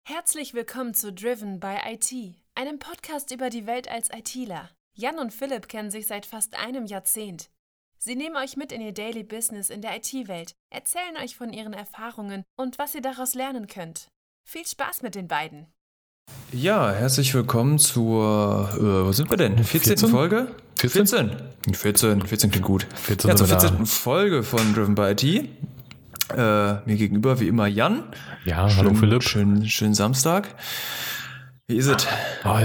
Herzlich willkommen zu Driven by IT, einem Podcast über die Welt als ITler. Jan und Philipp kennen sich seit fast einem Jahrzehnt. Sie nehmen euch mit in ihr Daily Business in der IT-Welt, erzählen euch von ihren Erfahrungen und was ihr daraus lernen könnt. Viel Spaß mit den beiden. Ja, herzlich willkommen zur, wo sind wir denn? 14. Folge? 14 klingt gut. 14 ja, zur sind wir 14. Folge von Driven by IT. Mir gegenüber wie immer Jan. Ja, hallo Philipp. Schönen Samstag. Wie ist es?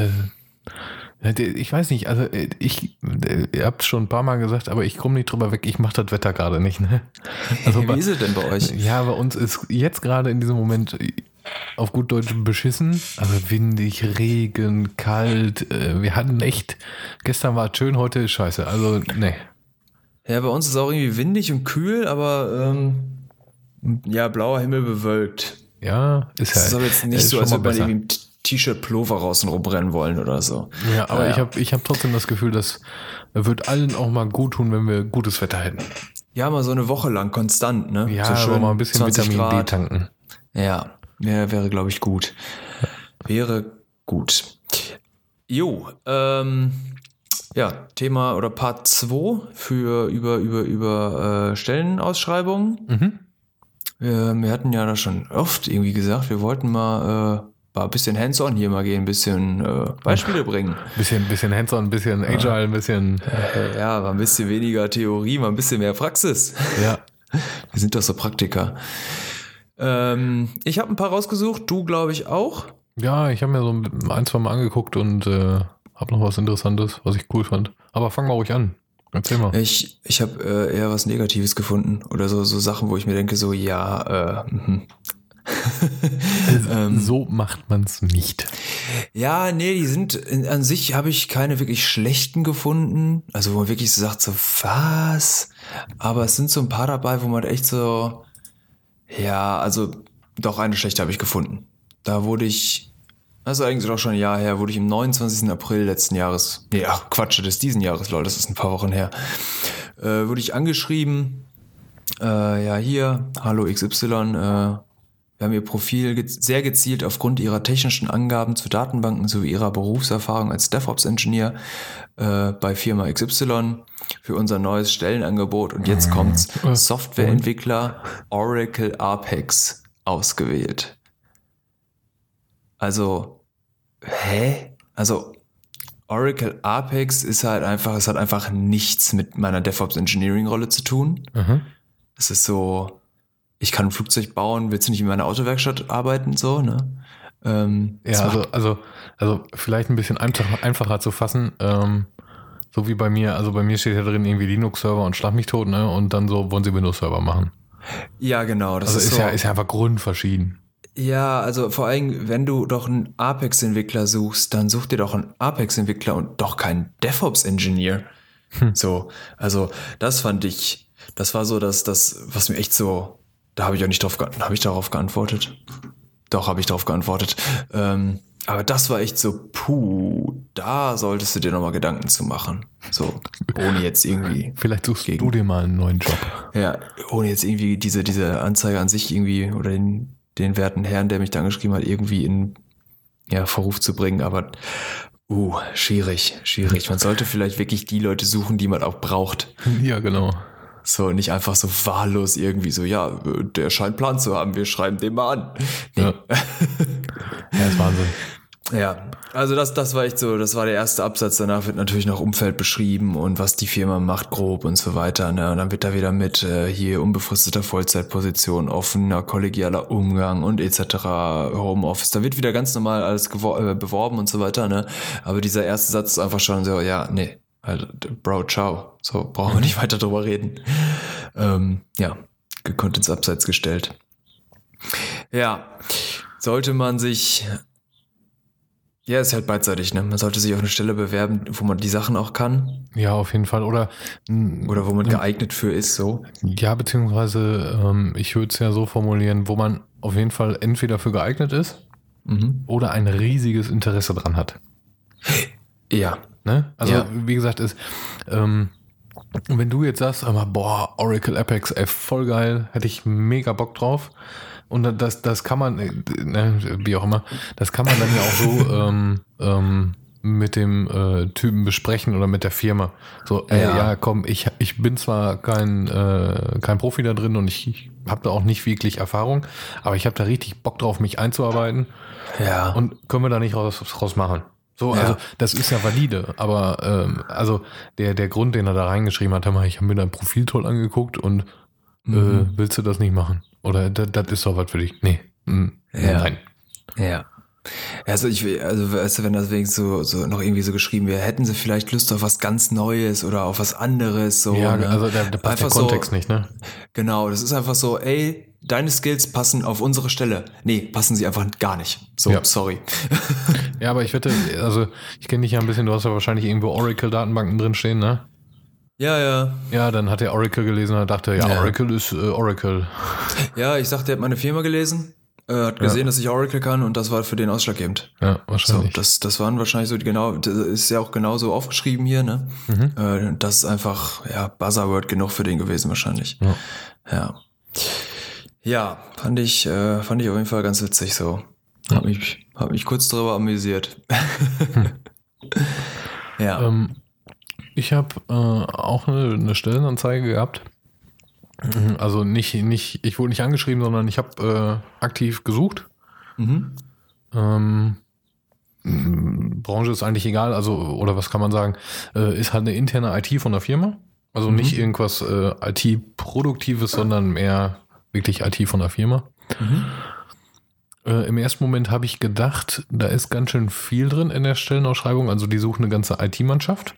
Ich weiß nicht, also ihr habt es schon ein paar Mal gesagt, aber ich komme nicht drüber weg, ich mache das Wetter gerade nicht. Ne? Also wie ist es denn bei euch? Ja, bei uns ist jetzt gerade in diesem Moment auf gut Deutsch beschissen. Also windig, Regen, kalt. Wir hatten echt, gestern war es schön, heute ist scheiße. Also, ne. Ja, bei uns ist es auch irgendwie windig und kühl, aber blauer Himmel bewölkt. Ja, ist halt. Das ist aber jetzt nicht so, als ob man irgendwie im T-Shirt Pullover außen rumrennen wollen oder so. Ja, aber ich hab trotzdem das Gefühl, das wird allen auch mal gut tun, wenn wir gutes Wetter hätten. Ja, mal so eine Woche lang konstant, ne? Ja, so schön mal ein bisschen Vitamin D tanken. Ja, wäre glaube ich gut. Wäre gut. Jo, Thema oder Part 2 für über Stellenausschreibungen. Mhm. Wir hatten ja da schon oft irgendwie gesagt, wir wollten mal ein bisschen hands-on hier mal gehen, ein bisschen Beispiele bringen. Bisschen hands-on, ein bisschen agile, ein bisschen... Ja, mal ein bisschen weniger Theorie, mal ein bisschen mehr Praxis. Ja. Wir sind doch so Praktiker. Ich habe ein paar rausgesucht, du glaube ich auch. Ja, ich habe mir so ein, zwei Mal angeguckt und habe noch was Interessantes, was ich cool fand. Aber fang mal ruhig an. Erzähl mal. Ich habe eher was Negatives gefunden oder so Sachen, wo ich mir denke, so so macht man es nicht. Ja, nee, die sind, an sich habe ich keine wirklich schlechten gefunden. Also wo man wirklich so sagt, so was? Aber es sind so ein paar dabei, wo man echt so, ja, also doch eine schlechte habe ich gefunden. Da wurde ich, also eigentlich auch schon ein Jahr her, wurde ich am 29. April letzten Jahres, nee, ach Quatsch, das ist diesen Jahres, Leute, das ist ein paar Wochen her, wurde ich angeschrieben, hier, hallo XY, wir haben ihr Profil sehr gezielt aufgrund ihrer technischen Angaben zu Datenbanken sowie ihrer Berufserfahrung als DevOps-Engineer bei Firma XY für unser neues Stellenangebot und jetzt kommt's, Softwareentwickler Oracle Apex ausgewählt. Also, Also Oracle Apex hat einfach nichts mit meiner DevOps-Engineering-Rolle zu tun. Mhm. Es ist so, ich kann ein Flugzeug bauen, willst du nicht in meiner Autowerkstatt arbeiten, so, ne? Also vielleicht ein bisschen einfacher zu fassen, so wie bei mir, also bei mir steht ja drin irgendwie Linux-Server und schlag mich tot, ne? Und dann so wollen sie Windows-Server machen. Ja, genau. Das ist ja einfach grundverschieden. Ja, also vor allem, wenn du doch einen Apex-Entwickler suchst, dann such dir doch einen Apex-Entwickler und doch keinen DevOps-Engineer. So, also das fand ich, das war so das, was mir echt so, da habe ich auch nicht habe ich darauf geantwortet? Doch, habe ich darauf geantwortet. Aber das war echt so, da solltest du dir nochmal Gedanken zu machen. So, ohne jetzt irgendwie. Vielleicht suchst du dir mal einen neuen Job. Ja, ohne jetzt irgendwie diese Anzeige an sich irgendwie oder den werten Herrn, der mich da angeschrieben hat, irgendwie in Verruf zu bringen, aber schwierig. Man sollte vielleicht wirklich die Leute suchen, die man auch braucht. Ja, genau. So, nicht einfach so wahllos irgendwie so, ja, der scheint Plan zu haben, wir schreiben den mal an. Nee. Ja. Ja, ist Wahnsinn. Ja, also das war echt so, das war der erste Absatz, danach wird natürlich noch Umfeld beschrieben und was die Firma macht grob und so weiter, ne? Und dann wird da wieder mit hier unbefristeter Vollzeitposition, offener kollegialer Umgang und etc. Homeoffice, da wird wieder ganz normal alles beworben und so weiter, ne? Aber dieser erste Satz ist einfach schon so, ja, nee, also, Bro, ciao, so brauchen wir nicht weiter drüber reden. Gekonnt ins Abseits gestellt. Ja, sollte man sich... Ja, ist halt beidseitig, ne? Man sollte sich auf eine Stelle bewerben, wo man die Sachen auch kann. Ja, auf jeden Fall. Oder wo man geeignet für ist, so. Ja, beziehungsweise ich würde es ja so formulieren, wo man auf jeden Fall entweder für geeignet ist oder ein riesiges Interesse dran hat. Ja. Ne? Also, wie gesagt, wenn du jetzt sagst, aber Oracle Apex, voll geil, hätte ich mega Bock drauf. Und das kann man, wie auch immer, das kann man dann ja auch so mit dem Typen besprechen oder mit der Firma. So, ja komm, ich bin zwar kein Profi da drin und ich habe da auch nicht wirklich Erfahrung, aber ich habe da richtig Bock drauf, mich einzuarbeiten. Ja. Und können wir da nicht raus machen. So, Ja. also das ist ja valide, aber also der Grund, den er da reingeschrieben hat, ich habe mir dein Profil toll angeguckt und willst du das nicht machen? Oder das ist doch was für dich? Nee. Nein. Ja. Also weißt du, wenn das wenigstens so noch irgendwie so geschrieben wäre, hätten sie vielleicht Lust auf was ganz Neues oder auf was anderes. So, Ja, ne? also da passt der Kontext nicht, ne? Genau, das ist einfach so, ey, deine Skills passen auf unsere Stelle. Nee, passen sie einfach gar nicht. So, Ja. sorry. Ja, aber ich wette, also ich kenne dich ja ein bisschen, du hast ja wahrscheinlich irgendwo Oracle-Datenbanken drin stehen, ne? Ja. Ja, dann hat er Oracle gelesen und dachte, ja, Oracle ist Oracle. Ja, ich sagte, er hat meine Firma gelesen, hat gesehen, dass ich Oracle kann und das war für den ausschlaggebend. Ja, So, wahrscheinlich. das waren wahrscheinlich so das ist ja auch genauso aufgeschrieben hier, ne? Das ist einfach, ja, Buzzword genug für den gewesen wahrscheinlich. Ja, fand ich auf jeden Fall ganz witzig so. Hab mich kurz drüber amüsiert. Ja. Ich habe auch eine Stellenanzeige gehabt. Also ich wurde nicht angeschrieben, sondern ich habe aktiv gesucht. Branche ist eigentlich egal, also, oder was kann man sagen, ist halt eine interne IT von der Firma. Also nicht irgendwas IT-Produktives, sondern mehr wirklich IT von der Firma. Im ersten Moment habe ich gedacht, da ist ganz schön viel drin in der Stellenausschreibung. Also die suchen eine ganze IT-Mannschaft.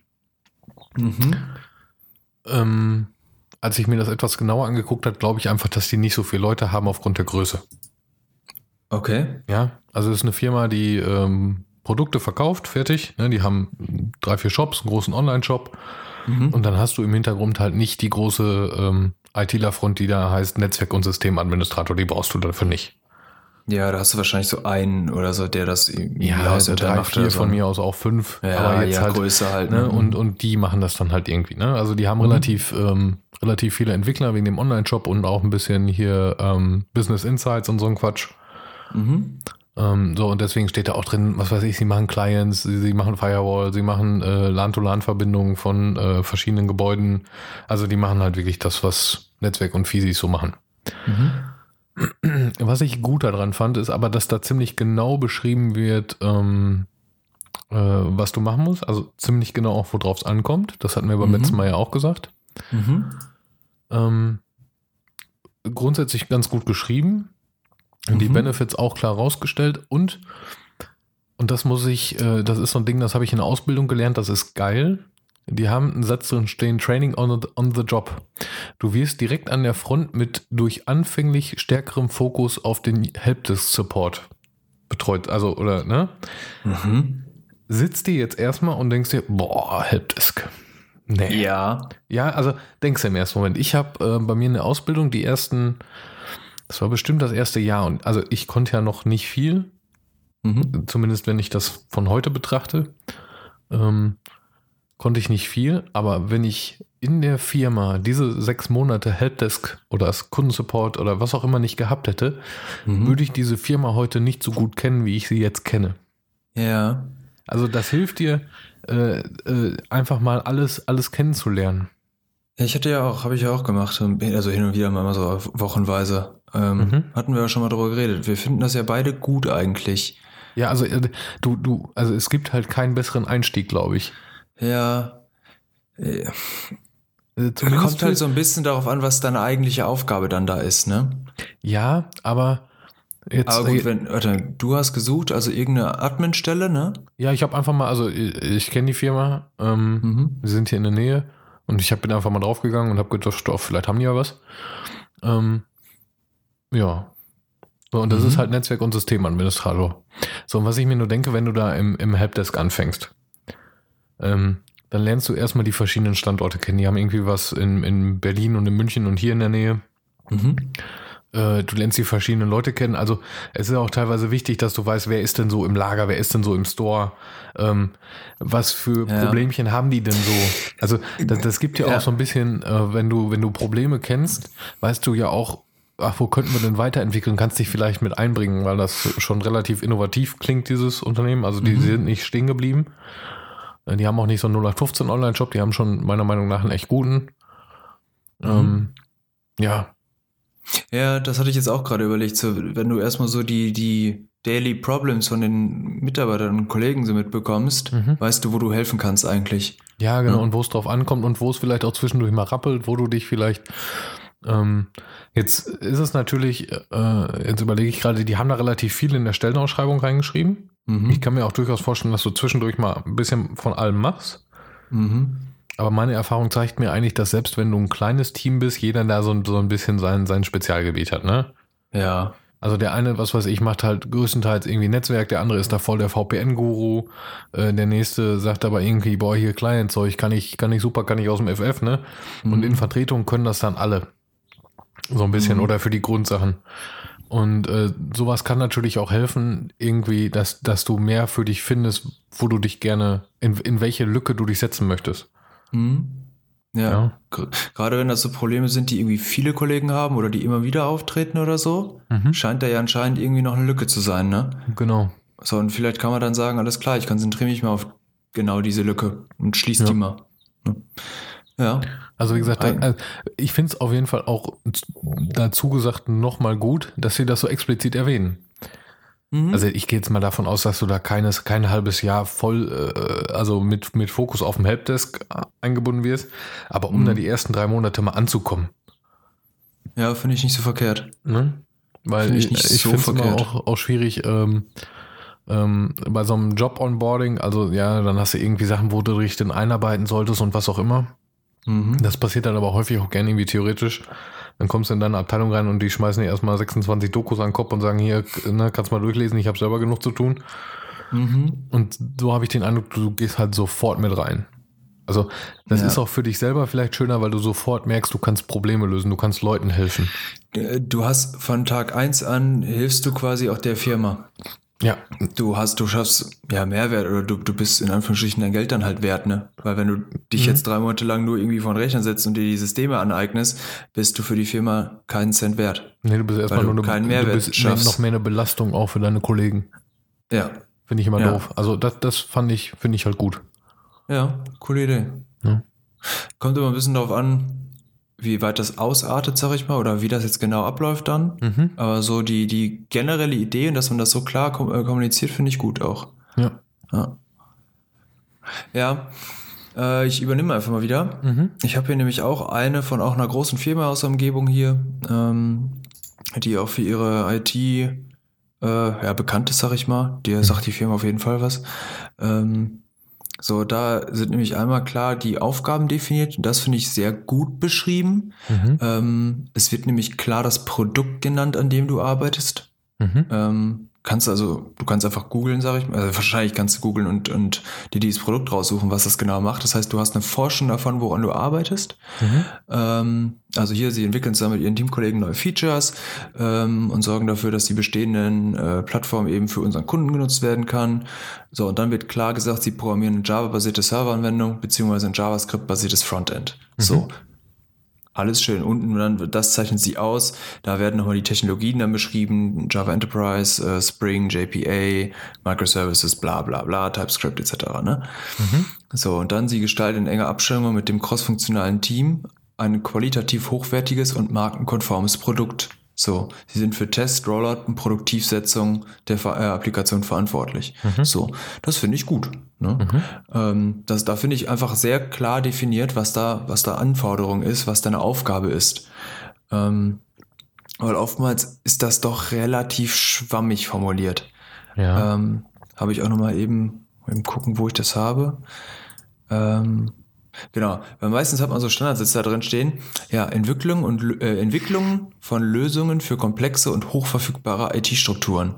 Als ich mir das etwas genauer angeguckt habe, glaube ich einfach, dass die nicht so viele Leute haben aufgrund der Größe. Okay. Ja, also es ist eine Firma, die Produkte verkauft, fertig. Ne, die haben 3, 4 Shops, einen großen Online-Shop. Und dann hast du im Hintergrund halt nicht die große ITler-Front, die da heißt Netzwerk- und Systemadministrator. Die brauchst du dafür nicht. Ja, da hast du wahrscheinlich so einen oder so, der das also 3, 4 von mir aus auch 5. Ja, aber jetzt halt Größe halt. Ne? Und die machen das dann halt irgendwie. Ne? Also die haben relativ viele Entwickler wegen dem Online-Shop und auch ein bisschen hier Business Insights und so ein Quatsch. So, und deswegen steht da auch drin, was weiß ich, sie machen Clients, sie machen Firewall, sie machen LAN-to-LAN-Verbindungen von verschiedenen Gebäuden. Also die machen halt wirklich das, was Netzwerk und Physis so machen. Was ich gut daran fand, ist aber, dass da ziemlich genau beschrieben wird, was du machen musst. Also ziemlich genau auch, worauf es ankommt. Das hatten wir beim letzten Mal ja auch gesagt. Grundsätzlich ganz gut geschrieben. Die Benefits auch klar rausgestellt. Und das das ist so ein Ding, das habe ich in der Ausbildung gelernt, das ist geil. Die haben einen Satz drin stehen, Training on the job. Du wirst direkt an der Front durch anfänglich stärkerem Fokus auf den Helpdesk-Support betreut. Also, oder, ne? Sitzt dir jetzt erstmal und denkst dir, boah, Helpdesk. Nee. Ja. Ja, also denkst du im ersten Moment. Ich habe bei mir in der Ausbildung das war bestimmt das erste Jahr. Und also ich konnte ja noch nicht viel. Zumindest wenn ich das von heute betrachte. Konnte ich nicht viel, aber wenn ich in der Firma diese 6 Monate Helpdesk oder das Kundensupport oder was auch immer nicht gehabt hätte, würde ich diese Firma heute nicht so gut kennen, wie ich sie jetzt kenne. Ja. Also das hilft dir, einfach mal alles kennenzulernen. Ja, habe ich ja auch gemacht, also hin und wieder mal so wochenweise. Hatten wir ja schon mal drüber geredet. Wir finden das ja beide gut eigentlich. Ja, also also es gibt halt keinen besseren Einstieg, glaube ich. Ja. Kommt halt so ein bisschen darauf an, was deine eigentliche Aufgabe dann da ist, ne? Ja, aber jetzt. Aber gut, du hast gesucht, also irgendeine Admin-Stelle, ne? Ja, ich habe einfach mal, also ich kenne die Firma, wir sind hier in der Nähe und ich bin einfach mal draufgegangen und habe gedacht, oh, vielleicht haben die ja was. Ja. So, und das ist halt Netzwerk- und Systemadministrator. So, und was ich mir nur denke, wenn du da im Helpdesk anfängst, dann lernst du erstmal die verschiedenen Standorte kennen. Die haben irgendwie was in Berlin und in München und hier in der Nähe. Du lernst die verschiedenen Leute kennen. Also es ist auch teilweise wichtig, dass du weißt, wer ist denn so im Lager, wer ist denn so im Store, was für Problemchen haben die denn so. Also das gibt ja auch so ein bisschen, wenn du Probleme kennst, weißt du ja auch, wo könnten wir denn weiterentwickeln? Kannst dich vielleicht mit einbringen, weil das schon relativ innovativ klingt, dieses Unternehmen. Also die sind nicht stehen geblieben. Die haben auch nicht so einen 0815 Online-Shop, die haben schon meiner Meinung nach einen echt guten. Ja. Ja, das hatte ich jetzt auch gerade überlegt. So, wenn du erstmal so die Daily Problems von den Mitarbeitern und Kollegen so mitbekommst, weißt du, wo du helfen kannst eigentlich. Ja, genau. Ja. Und wo es drauf ankommt und wo es vielleicht auch zwischendurch mal rappelt, wo du dich vielleicht jetzt ist es natürlich, jetzt überlege ich gerade, die haben da relativ viel in der Stellenausschreibung reingeschrieben. Ich kann mir auch durchaus vorstellen, dass du zwischendurch mal ein bisschen von allem machst. Aber meine Erfahrung zeigt mir eigentlich, dass selbst wenn du ein kleines Team bist, jeder da so ein bisschen sein Spezialgebiet hat, ne? Ja. Also der eine, was weiß ich, macht halt größtenteils irgendwie Netzwerk, der andere ist da voll der VPN-Guru, der nächste sagt aber irgendwie, boah, hier Client-Zeug, kann ich super, kann ich aus dem FF, ne? Und in Vertretung können das dann alle. So ein bisschen oder für die Grundsachen. Und sowas kann natürlich auch helfen, irgendwie, dass du mehr für dich findest, wo du dich gerne, in welche Lücke du dich setzen möchtest. Ja. Gerade wenn das so Probleme sind, die irgendwie viele Kollegen haben oder die immer wieder auftreten oder so, scheint da ja anscheinend irgendwie noch eine Lücke zu sein, ne? Genau. So, und vielleicht kann man dann sagen, alles klar, ich konzentriere mich mal auf genau diese Lücke und schließe die mal. Ja. Also wie gesagt, ich finde es auf jeden Fall auch dazu gesagt nochmal gut, dass sie das so explizit erwähnen. Also ich gehe jetzt mal davon aus, dass du da kein halbes Jahr voll, also mit Fokus auf dem Helpdesk eingebunden wirst, aber um da die ersten 3 Monate mal anzukommen. Ja, finde ich nicht so verkehrt. Ne? Weil ich finde es immer auch schwierig, bei so einem Job-Onboarding, also ja, dann hast du irgendwie Sachen, wo du dich dann einarbeiten solltest und was auch immer. Das passiert dann aber häufig auch gerne irgendwie theoretisch. Dann kommst du in deine Abteilung rein und die schmeißen dir erstmal 26 Dokus an den Kopf und sagen, hier, ne, kannst mal durchlesen, ich habe selber genug zu tun. Und so habe ich den Eindruck, du gehst halt sofort mit rein. Also das ist auch für dich selber vielleicht schöner, weil du sofort merkst, du kannst Probleme lösen, du kannst Leuten helfen. Du hast von Tag 1 an, hilfst du quasi auch der Firma. Ja. Du schaffst ja Mehrwert oder du bist in Anführungsstrichen dein Geld dann halt wert, ne? Weil wenn du dich jetzt 3 Monate lang nur irgendwie vor den Rechner setzt und dir die Systeme aneignest, bist du für die Firma keinen Cent wert. Nee, du bist erstmal nur keinen Mehrwert schaffst. Noch mehr eine Belastung auch für deine Kollegen. Ja. Finde ich immer doof. Also das finde ich halt gut. Ja, coole Idee. Ja. Kommt immer ein bisschen darauf an, wie weit das ausartet, sag ich mal, oder wie das jetzt genau abläuft dann. Aber so die generelle Idee und dass man das so klar kommuniziert, finde ich gut auch. Ja, ich übernehme einfach mal wieder. Ich habe hier nämlich auch eine von auch einer großen Firma aus der Umgebung hier, die auch für ihre IT bekannt ist, sag ich mal. Der sagt die Firma auf jeden Fall was. So, da sind nämlich einmal klar die Aufgaben definiert und das finde ich sehr gut beschrieben. Es wird nämlich klar das Produkt genannt, an dem du arbeitest. Du kannst einfach googeln, sage ich mal. Also wahrscheinlich kannst du googeln und dir dieses Produkt raussuchen, was das genau macht. Das heißt, du hast eine Forschung davon, woran du arbeitest. Also hier, sie entwickeln zusammen mit ihren Teamkollegen neue Features und sorgen dafür, dass die bestehenden Plattformen eben für unseren Kunden genutzt werden kann. So, und dann wird klar gesagt, sie programmieren eine Java-basierte Serveranwendung beziehungsweise ein JavaScript-basiertes Frontend. So. Alles schön. Unten dann, das zeichnet sie aus. Da werden nochmal die Technologien dann beschrieben. Java Enterprise, Spring, JPA, Microservices, bla bla bla, TypeScript etc. Ne? So, und dann sie gestalten in enger Abstimmung mit dem crossfunktionalen Team ein qualitativ hochwertiges und markenkonformes Produkt. So, sie sind für Test, Rollout und Produktivsetzung der Applikation verantwortlich. So, das finde ich gut. Ne? Da finde ich einfach sehr klar definiert, was da Anforderung ist, was deine Aufgabe ist. Weil oftmals ist das doch relativ schwammig formuliert. Ja. Habe ich auch nochmal eben gucken, wo ich das habe. Genau, weil meistens hat man so Standardsätze da drin stehen. Ja, Entwicklung von Lösungen für komplexe und hochverfügbare IT-Strukturen.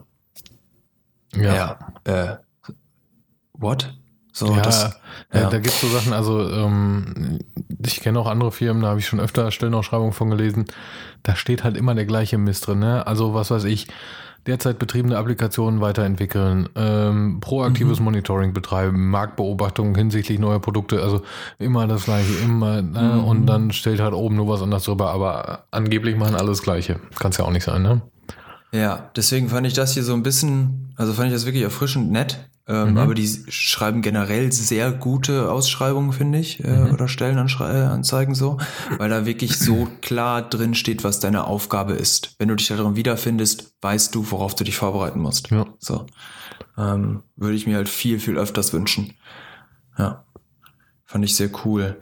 What? So, ja, da gibt es so Sachen, also ich kenne auch andere Firmen, da habe ich schon öfter Stellenausschreibungen von gelesen. Da steht halt immer der gleiche Mist drin, ne? Also was weiß ich, derzeit betriebene Applikationen weiterentwickeln, proaktives Monitoring betreiben, Marktbeobachtung hinsichtlich neuer Produkte, also immer das Gleiche, immer, und dann steht halt oben nur was anderes drüber, aber angeblich machen alles das Gleiche. Kann es ja auch nicht sein, ne? Ja, deswegen fand ich das hier so ein bisschen, also fand ich das wirklich erfrischend nett. Aber die schreiben generell sehr gute Ausschreibungen, finde ich, oder Stellenanzeigen so, weil da wirklich so klar drin steht, was deine Aufgabe ist. Wenn du dich darin wiederfindest, weißt du, worauf du dich vorbereiten musst. Ja. So. Würde ich mir halt viel, viel öfters wünschen. Ja. Fand ich sehr cool.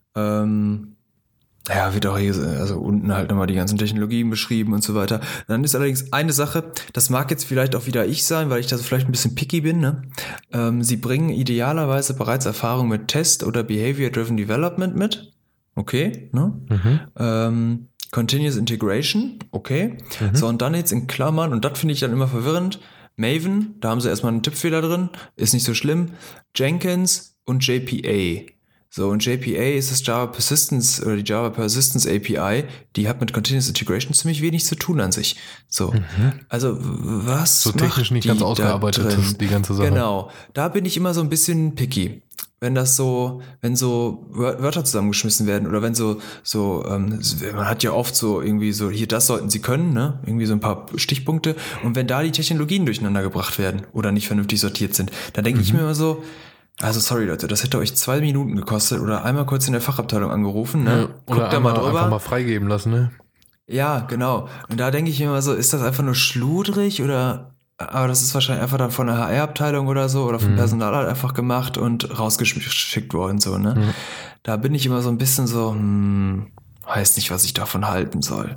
Ja, wird auch hier, also unten halt nochmal die ganzen Technologien beschrieben und so weiter. Dann ist allerdings eine Sache, das mag jetzt vielleicht auch wieder ich sein, weil ich da so vielleicht ein bisschen picky bin, ne? Sie bringen idealerweise bereits Erfahrung mit Test- oder Behavior-Driven Development mit. Okay, ne? Continuous Integration, okay. So, und dann jetzt in Klammern, und das finde ich dann immer verwirrend, Maven, da haben sie erstmal einen Tippfehler drin, ist nicht so schlimm, Jenkins und JPA. So, und JPA ist das Java Persistence oder die Java Persistence API, die hat mit Continuous Integration ziemlich wenig zu tun an sich. So, also was so technisch nicht ganz ausgearbeitet ist, die ganze Sache. Genau, da bin ich immer so ein bisschen picky. Wenn so Wörter zusammengeschmissen werden oder wenn man hat ja oft so irgendwie so, hier, das sollten sie können, ne? Irgendwie so ein paar Stichpunkte. Und wenn da die Technologien durcheinander gebracht werden oder nicht vernünftig sortiert sind, dann denke ich mir immer so, also sorry Leute, das hätte euch 2 Minuten gekostet oder einmal kurz in der Fachabteilung angerufen, ne? Ja, oder einmal einfach mal freigeben lassen, ne? Ja, genau. Und da denke ich mir immer so, ist das einfach nur schludrig oder, aber das ist wahrscheinlich einfach dann von der HR-Abteilung oder so oder vom Personal halt einfach gemacht und rausgeschickt worden, so, ne? Da bin ich immer so ein bisschen so, weiß nicht, was ich davon halten soll.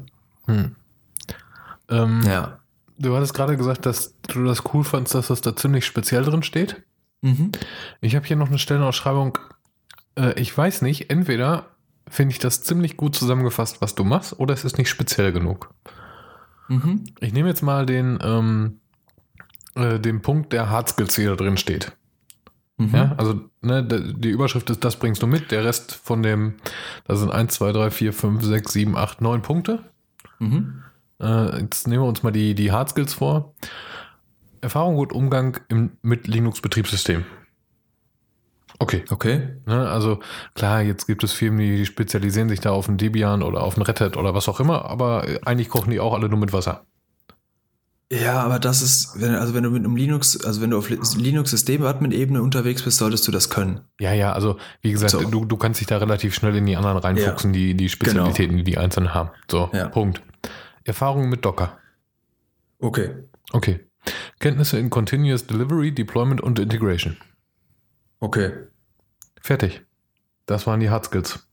Ja. Du hattest gerade gesagt, dass du das cool fandst, dass das da ziemlich speziell drin steht. Ich habe hier noch eine Stellenausschreibung. Ich weiß nicht, entweder finde ich das ziemlich gut zusammengefasst, was du machst, oder es ist nicht speziell genug. Ich nehme jetzt mal den Punkt der Hard Skills, die da drin steht. Ja, also ne, die Überschrift ist, das bringst du mit. Der Rest von dem, da sind 1, 2, 3, 4, 5, 6, 7, 8, 9 Punkte. Jetzt nehmen wir uns mal die Hard Skills vor. Erfahrung und Umgang mit Linux-Betriebssystem. Okay. Ne, also klar, jetzt gibt es Firmen, die spezialisieren sich da auf einen Debian oder auf einen Red Hat oder was auch immer, aber eigentlich kochen die auch alle nur mit Wasser. Ja, aber das ist, wenn du mit einem Linux, also wenn du auf Linux-System-Admin-Ebene unterwegs bist, solltest du das können. Ja, also wie gesagt, so. du kannst dich da relativ schnell in die anderen reinfuchsen, die Spezialitäten, die einzelnen haben. So, Punkt. Erfahrung mit Docker. Okay. Kenntnisse in Continuous Delivery, Deployment und Integration. Okay. Fertig. Das waren die Hard Skills.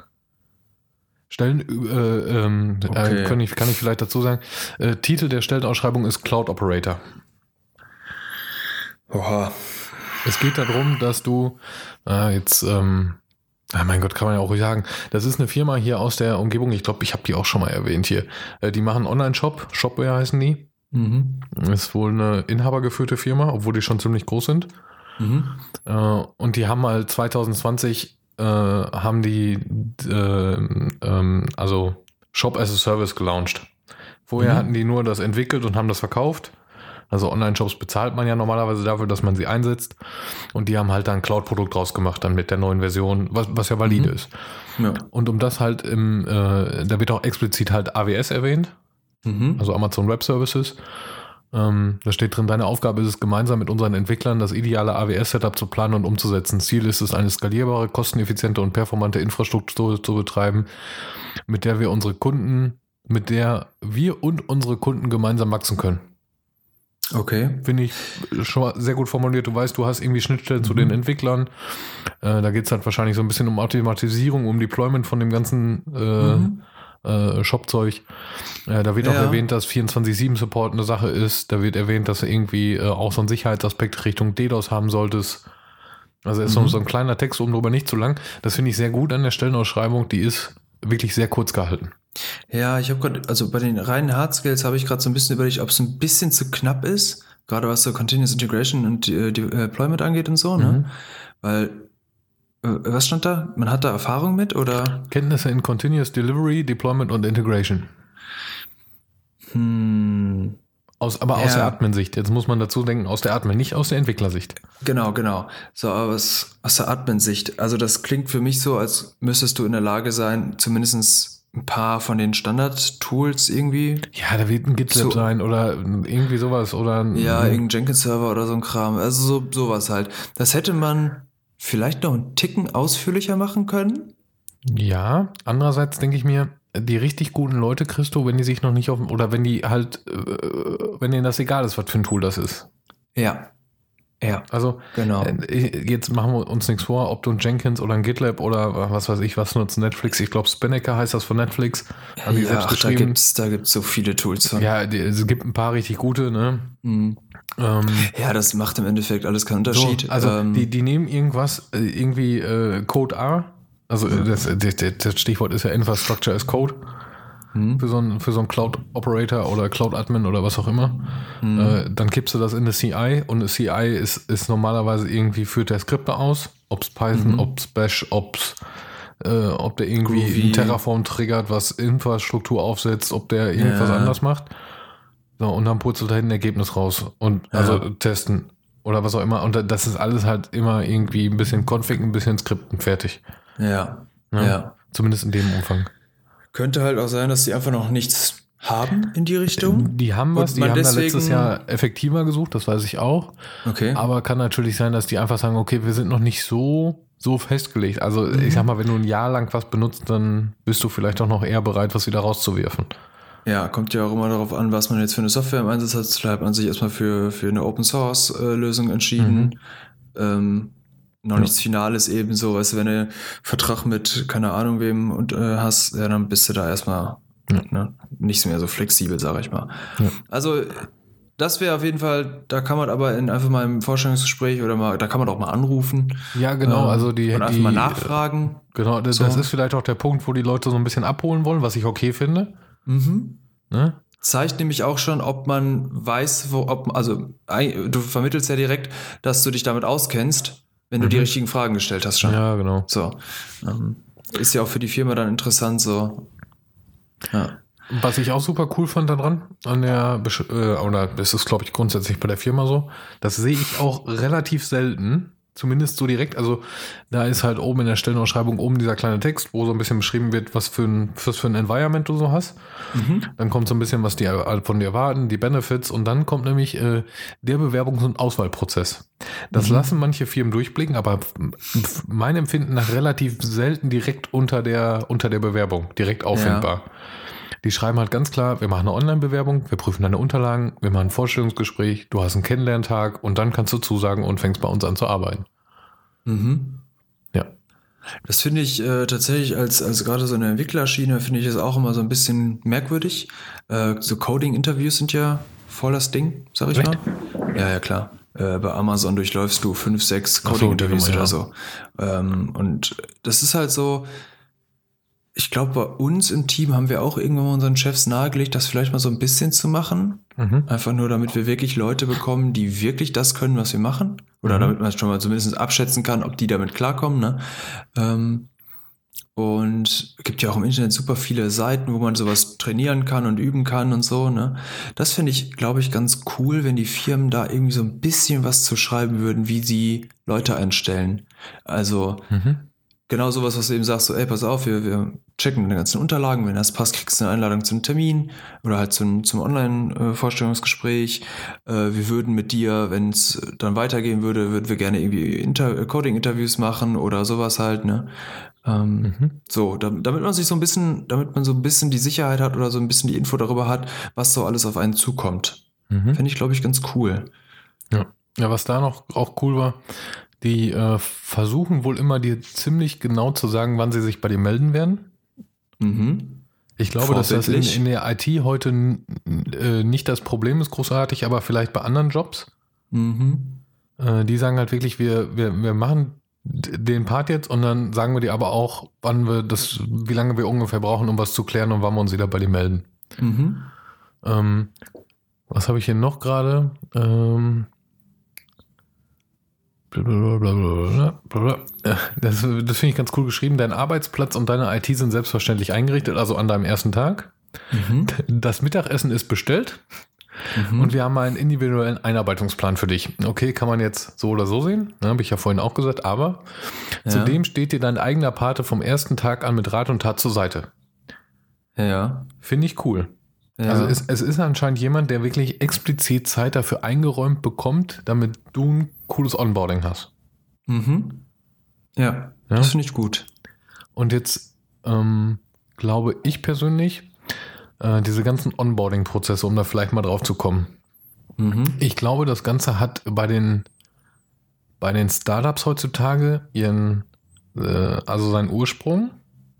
Kann ich vielleicht dazu sagen, Titel der Stellenausschreibung ist Cloud Operator. Oha. Es geht darum, dass du mein Gott, kann man ja auch ruhig sagen, das ist eine Firma hier aus der Umgebung, ich glaube, ich habe die auch schon mal erwähnt hier. Die machen Online-Shop, Shopware heißen die. Ist wohl eine inhabergeführte Firma, obwohl die schon ziemlich groß sind. Und die haben halt 2020 haben die also Shop as a Service gelauncht. Vorher hatten die nur das entwickelt und haben das verkauft. Also Online-Shops bezahlt man ja normalerweise dafür, dass man sie einsetzt. Und die haben halt da ein Cloud-Produkt draus gemacht, dann mit der neuen Version, was ja valide ist. Ja. Und um das halt da wird auch explizit halt AWS erwähnt. Also Amazon Web Services. Da steht drin, deine Aufgabe ist es, gemeinsam mit unseren Entwicklern das ideale AWS-Setup zu planen und umzusetzen. Ziel ist es, eine skalierbare, kosteneffiziente und performante Infrastruktur zu betreiben, mit der wir und unsere Kunden gemeinsam wachsen können. Okay. Finde ich schon mal sehr gut formuliert. Du weißt, du hast irgendwie Schnittstellen zu den Entwicklern. Da geht es halt wahrscheinlich so ein bisschen um Automatisierung, um Deployment von dem ganzen Shop-Zeug. Da wird auch erwähnt, dass 24/7-Support eine Sache ist. Da wird erwähnt, dass du irgendwie auch so einen Sicherheitsaspekt Richtung DDoS haben solltest. Also ist so ein kleiner Text oben drüber, nicht zu lang. Das finde ich sehr gut an der Stellenausschreibung. Die ist wirklich sehr kurz gehalten. Ja, ich habe gerade, also bei den reinen Hard Skills habe ich gerade so ein bisschen überlegt, ob es ein bisschen zu knapp ist, gerade was so Continuous Integration und Deployment angeht und so, ne? Weil, was stand da? Man hat da Erfahrung mit, oder? Kenntnisse in Continuous Delivery, Deployment und Integration. Aus der Admin-Sicht. Jetzt muss man dazu denken, aus der Admin, nicht aus der Entwicklersicht. Genau. So, aber aus der Admin-Sicht. Also das klingt für mich so, als müsstest du in der Lage sein, zumindest ein paar von den Standard-Tools irgendwie. Ja, da wird ein GitLab sein oder irgendwie sowas. Oder irgendein Jenkins-Server oder so ein Kram. Also sowas halt. Das hätte man vielleicht noch einen Ticken ausführlicher machen können. Ja, andererseits denke ich mir, die richtig guten Leute kriegst du, wenn die sich noch nicht oder wenn die halt, wenn denen das egal ist, was für ein Tool das ist. Ja. Also, genau. Jetzt machen wir uns nichts vor, ob du ein Jenkins oder ein GitLab oder was weiß ich, was nutzt Netflix. Ich glaube, Spinnaker heißt das von Netflix. Haben die selbst geschrieben. Da gibt's so viele Tools von. Ja, es gibt ein paar richtig gute, ne? Ja, das macht im Endeffekt alles keinen Unterschied. So, also, die nehmen irgendwas, irgendwie Code R. Also, das Stichwort ist ja Infrastructure as Code. Für so einen Cloud-Operator oder Cloud-Admin oder was auch immer. Dann kippst du das in eine CI und eine CI ist normalerweise irgendwie, führt der Skripte aus, ob es Python, ob es Bash, ob der irgendwie ein Terraform triggert, was Infrastruktur aufsetzt, ob der irgendwas anders macht. So, und dann purzelt da hinten ein Ergebnis raus und also testen oder was auch immer. Und das ist alles halt immer irgendwie ein bisschen Config, ein bisschen Skripten, fertig. Ja. Zumindest in dem Umfang. Könnte halt auch sein, dass die einfach noch nichts haben in die Richtung. Die haben was, die haben da letztes Jahr effektiver gesucht, das weiß ich auch. Okay. Aber kann natürlich sein, dass die einfach sagen, okay, wir sind noch nicht so festgelegt. Also ich sag mal, wenn du ein Jahr lang was benutzt, dann bist du vielleicht auch noch eher bereit, was wieder rauszuwerfen. Ja, kommt ja auch immer darauf an, was man jetzt für eine Software im Einsatz hat. Da hat man sich erstmal für eine Open-Source-Lösung entschieden. Noch nichts Finales ebenso, weißt du, wenn du einen Vertrag mit keine Ahnung wem und hast, ja, dann bist du da erstmal nicht mehr so flexibel, sag ich mal. Ja. Also das wäre auf jeden Fall, da kann man aber einfach mal im Vorstellungsgespräch da kann man auch mal anrufen. Ja, genau, also und einfach mal nachfragen. Genau, das ist vielleicht auch der Punkt, wo die Leute so ein bisschen abholen wollen, was ich okay finde. Ne? Zeigt nämlich auch schon, ob man weiß, du vermittelst ja direkt, dass du dich damit auskennst, wenn du die richtigen Fragen gestellt hast schon. Ja, genau. So. Ist ja auch für die Firma dann interessant so. Ja. Was ich auch super cool fand daran, oder das ist, glaube ich, grundsätzlich bei der Firma so, das sehe ich auch relativ selten, zumindest so direkt. Also da ist halt oben in der Stellenausschreibung oben dieser kleine Text, wo so ein bisschen beschrieben wird, was für ein Environment du so hast. Dann kommt so ein bisschen, was die von dir erwarten, die Benefits, und dann kommt nämlich der Bewerbungs- und Auswahlprozess. Das lassen manche Firmen durchblicken, aber mein Empfinden nach relativ selten direkt unter der Bewerbung, direkt auffindbar. Ja. Die schreiben halt ganz klar, wir machen eine Online-Bewerbung, wir prüfen deine Unterlagen, wir machen ein Vorstellungsgespräch, du hast einen Kennenlerntag und dann kannst du zusagen und fängst bei uns an zu arbeiten. Ja. Das finde ich tatsächlich als gerade so eine Entwicklerschiene, finde ich das auch immer so ein bisschen merkwürdig. So Coding-Interviews sind ja voll das Ding, sag ich mal. Ja, klar. Bei Amazon durchläufst du 5, 6 Coding-Interviews oder so. Und das ist halt so, ich glaube, bei uns im Team haben wir auch irgendwann mal unseren Chefs nahegelegt, das vielleicht mal so ein bisschen zu machen. Einfach nur, damit wir wirklich Leute bekommen, die wirklich das können, was wir machen. Oder damit man schon mal zumindest abschätzen kann, ob die damit klarkommen. Ne? Und es gibt ja auch im Internet super viele Seiten, wo man sowas trainieren kann und üben kann und so. Ne? Das finde ich, glaube ich, ganz cool, wenn die Firmen da irgendwie so ein bisschen was zu schreiben würden, wie sie Leute einstellen. Also genau sowas, was du eben sagst, so, ey, pass auf, wir checken deine ganzen Unterlagen, wenn das passt, kriegst du eine Einladung zum Termin oder halt zum Online-Vorstellungsgespräch. Wir würden mit dir, wenn es dann weitergehen würde, würden wir gerne irgendwie Coding-Interviews machen oder sowas halt, ne? So, damit man so ein bisschen die Sicherheit hat oder so ein bisschen die Info darüber hat, was so alles auf einen zukommt. Fände ich, glaube ich, ganz cool. Ja, was da noch auch cool war, die versuchen wohl immer dir ziemlich genau zu sagen, wann sie sich bei dir melden werden. Ich glaube, dass das in der IT heute nicht das Problem ist, großartig, aber vielleicht bei anderen Jobs. Die sagen halt wirklich, wir machen den Part jetzt und dann sagen wir dir aber auch, wie lange wir ungefähr brauchen, um was zu klären und wann wir uns wieder bei dir melden. Was habe ich hier noch gerade? Das finde ich ganz cool geschrieben. Dein Arbeitsplatz und deine IT sind selbstverständlich eingerichtet, also an deinem ersten Tag. Das Mittagessen ist bestellt. Und wir haben einen individuellen Einarbeitungsplan für dich. Okay, kann man jetzt so oder so sehen, ne, habe ich ja vorhin auch gesagt, aber zudem steht dir dein eigener Pate vom ersten Tag an mit Rat und Tat zur Seite. Ja. Finde ich cool. Ja. Also es ist anscheinend jemand, der wirklich explizit Zeit dafür eingeräumt bekommt, damit du ein cooles Onboarding hast. Ja, das finde ich gut. Und jetzt glaube ich persönlich, diese ganzen Onboarding-Prozesse, um da vielleicht mal drauf zu kommen. Ich glaube, das Ganze hat bei den Startups heutzutage also seinen Ursprung.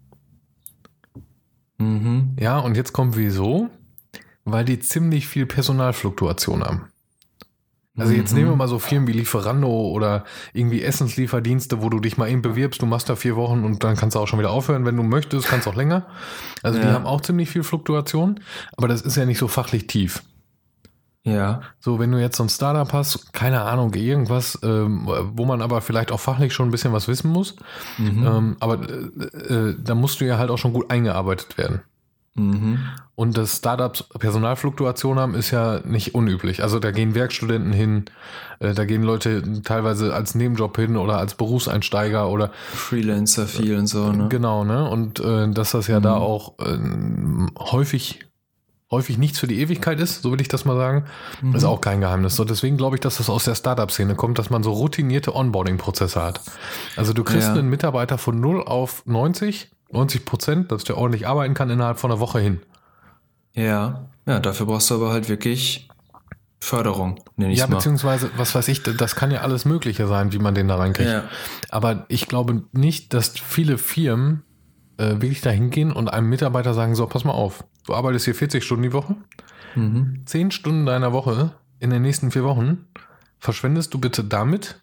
Ja, und jetzt kommt wieso? Weil die ziemlich viel Personalfluktuation haben. Also jetzt nehmen wir mal so Firmen wie Lieferando oder irgendwie Essenslieferdienste, wo du dich mal eben bewirbst, du machst da 4 Wochen und dann kannst du auch schon wieder aufhören, wenn du möchtest, kannst auch länger. Also die haben auch ziemlich viel Fluktuation, aber das ist ja nicht so fachlich tief. Ja. So, wenn du jetzt so ein Startup hast, keine Ahnung, irgendwas, wo man aber vielleicht auch fachlich schon ein bisschen was wissen muss, aber da musst du ja halt auch schon gut eingearbeitet werden. Und dass Startups Personalfluktuation haben, ist ja nicht unüblich. Also da gehen Werkstudenten hin, da gehen Leute teilweise als Nebenjob hin oder als Berufseinsteiger oder Freelancer viel und so, ne? Genau, ne? Und dass das ja da auch häufig nichts für die Ewigkeit ist, so will ich das mal sagen, ist auch kein Geheimnis. So, deswegen glaube ich, dass das aus der Startup-Szene kommt, dass man so routinierte Onboarding-Prozesse hat. Also du kriegst einen Mitarbeiter von 0 auf 90%, dass der ordentlich arbeiten kann innerhalb von einer Woche hin. Ja, dafür brauchst du aber halt wirklich Förderung, nenne ich es mal. Ja, beziehungsweise, was weiß ich, das kann ja alles Mögliche sein, wie man den da reinkriegt. Ja. Aber ich glaube nicht, dass viele Firmen wirklich da hingehen und einem Mitarbeiter sagen, so, pass mal auf, du arbeitest hier 40 Stunden die Woche, 10 Stunden deiner Woche in den nächsten 4 Wochen verschwendest du bitte damit,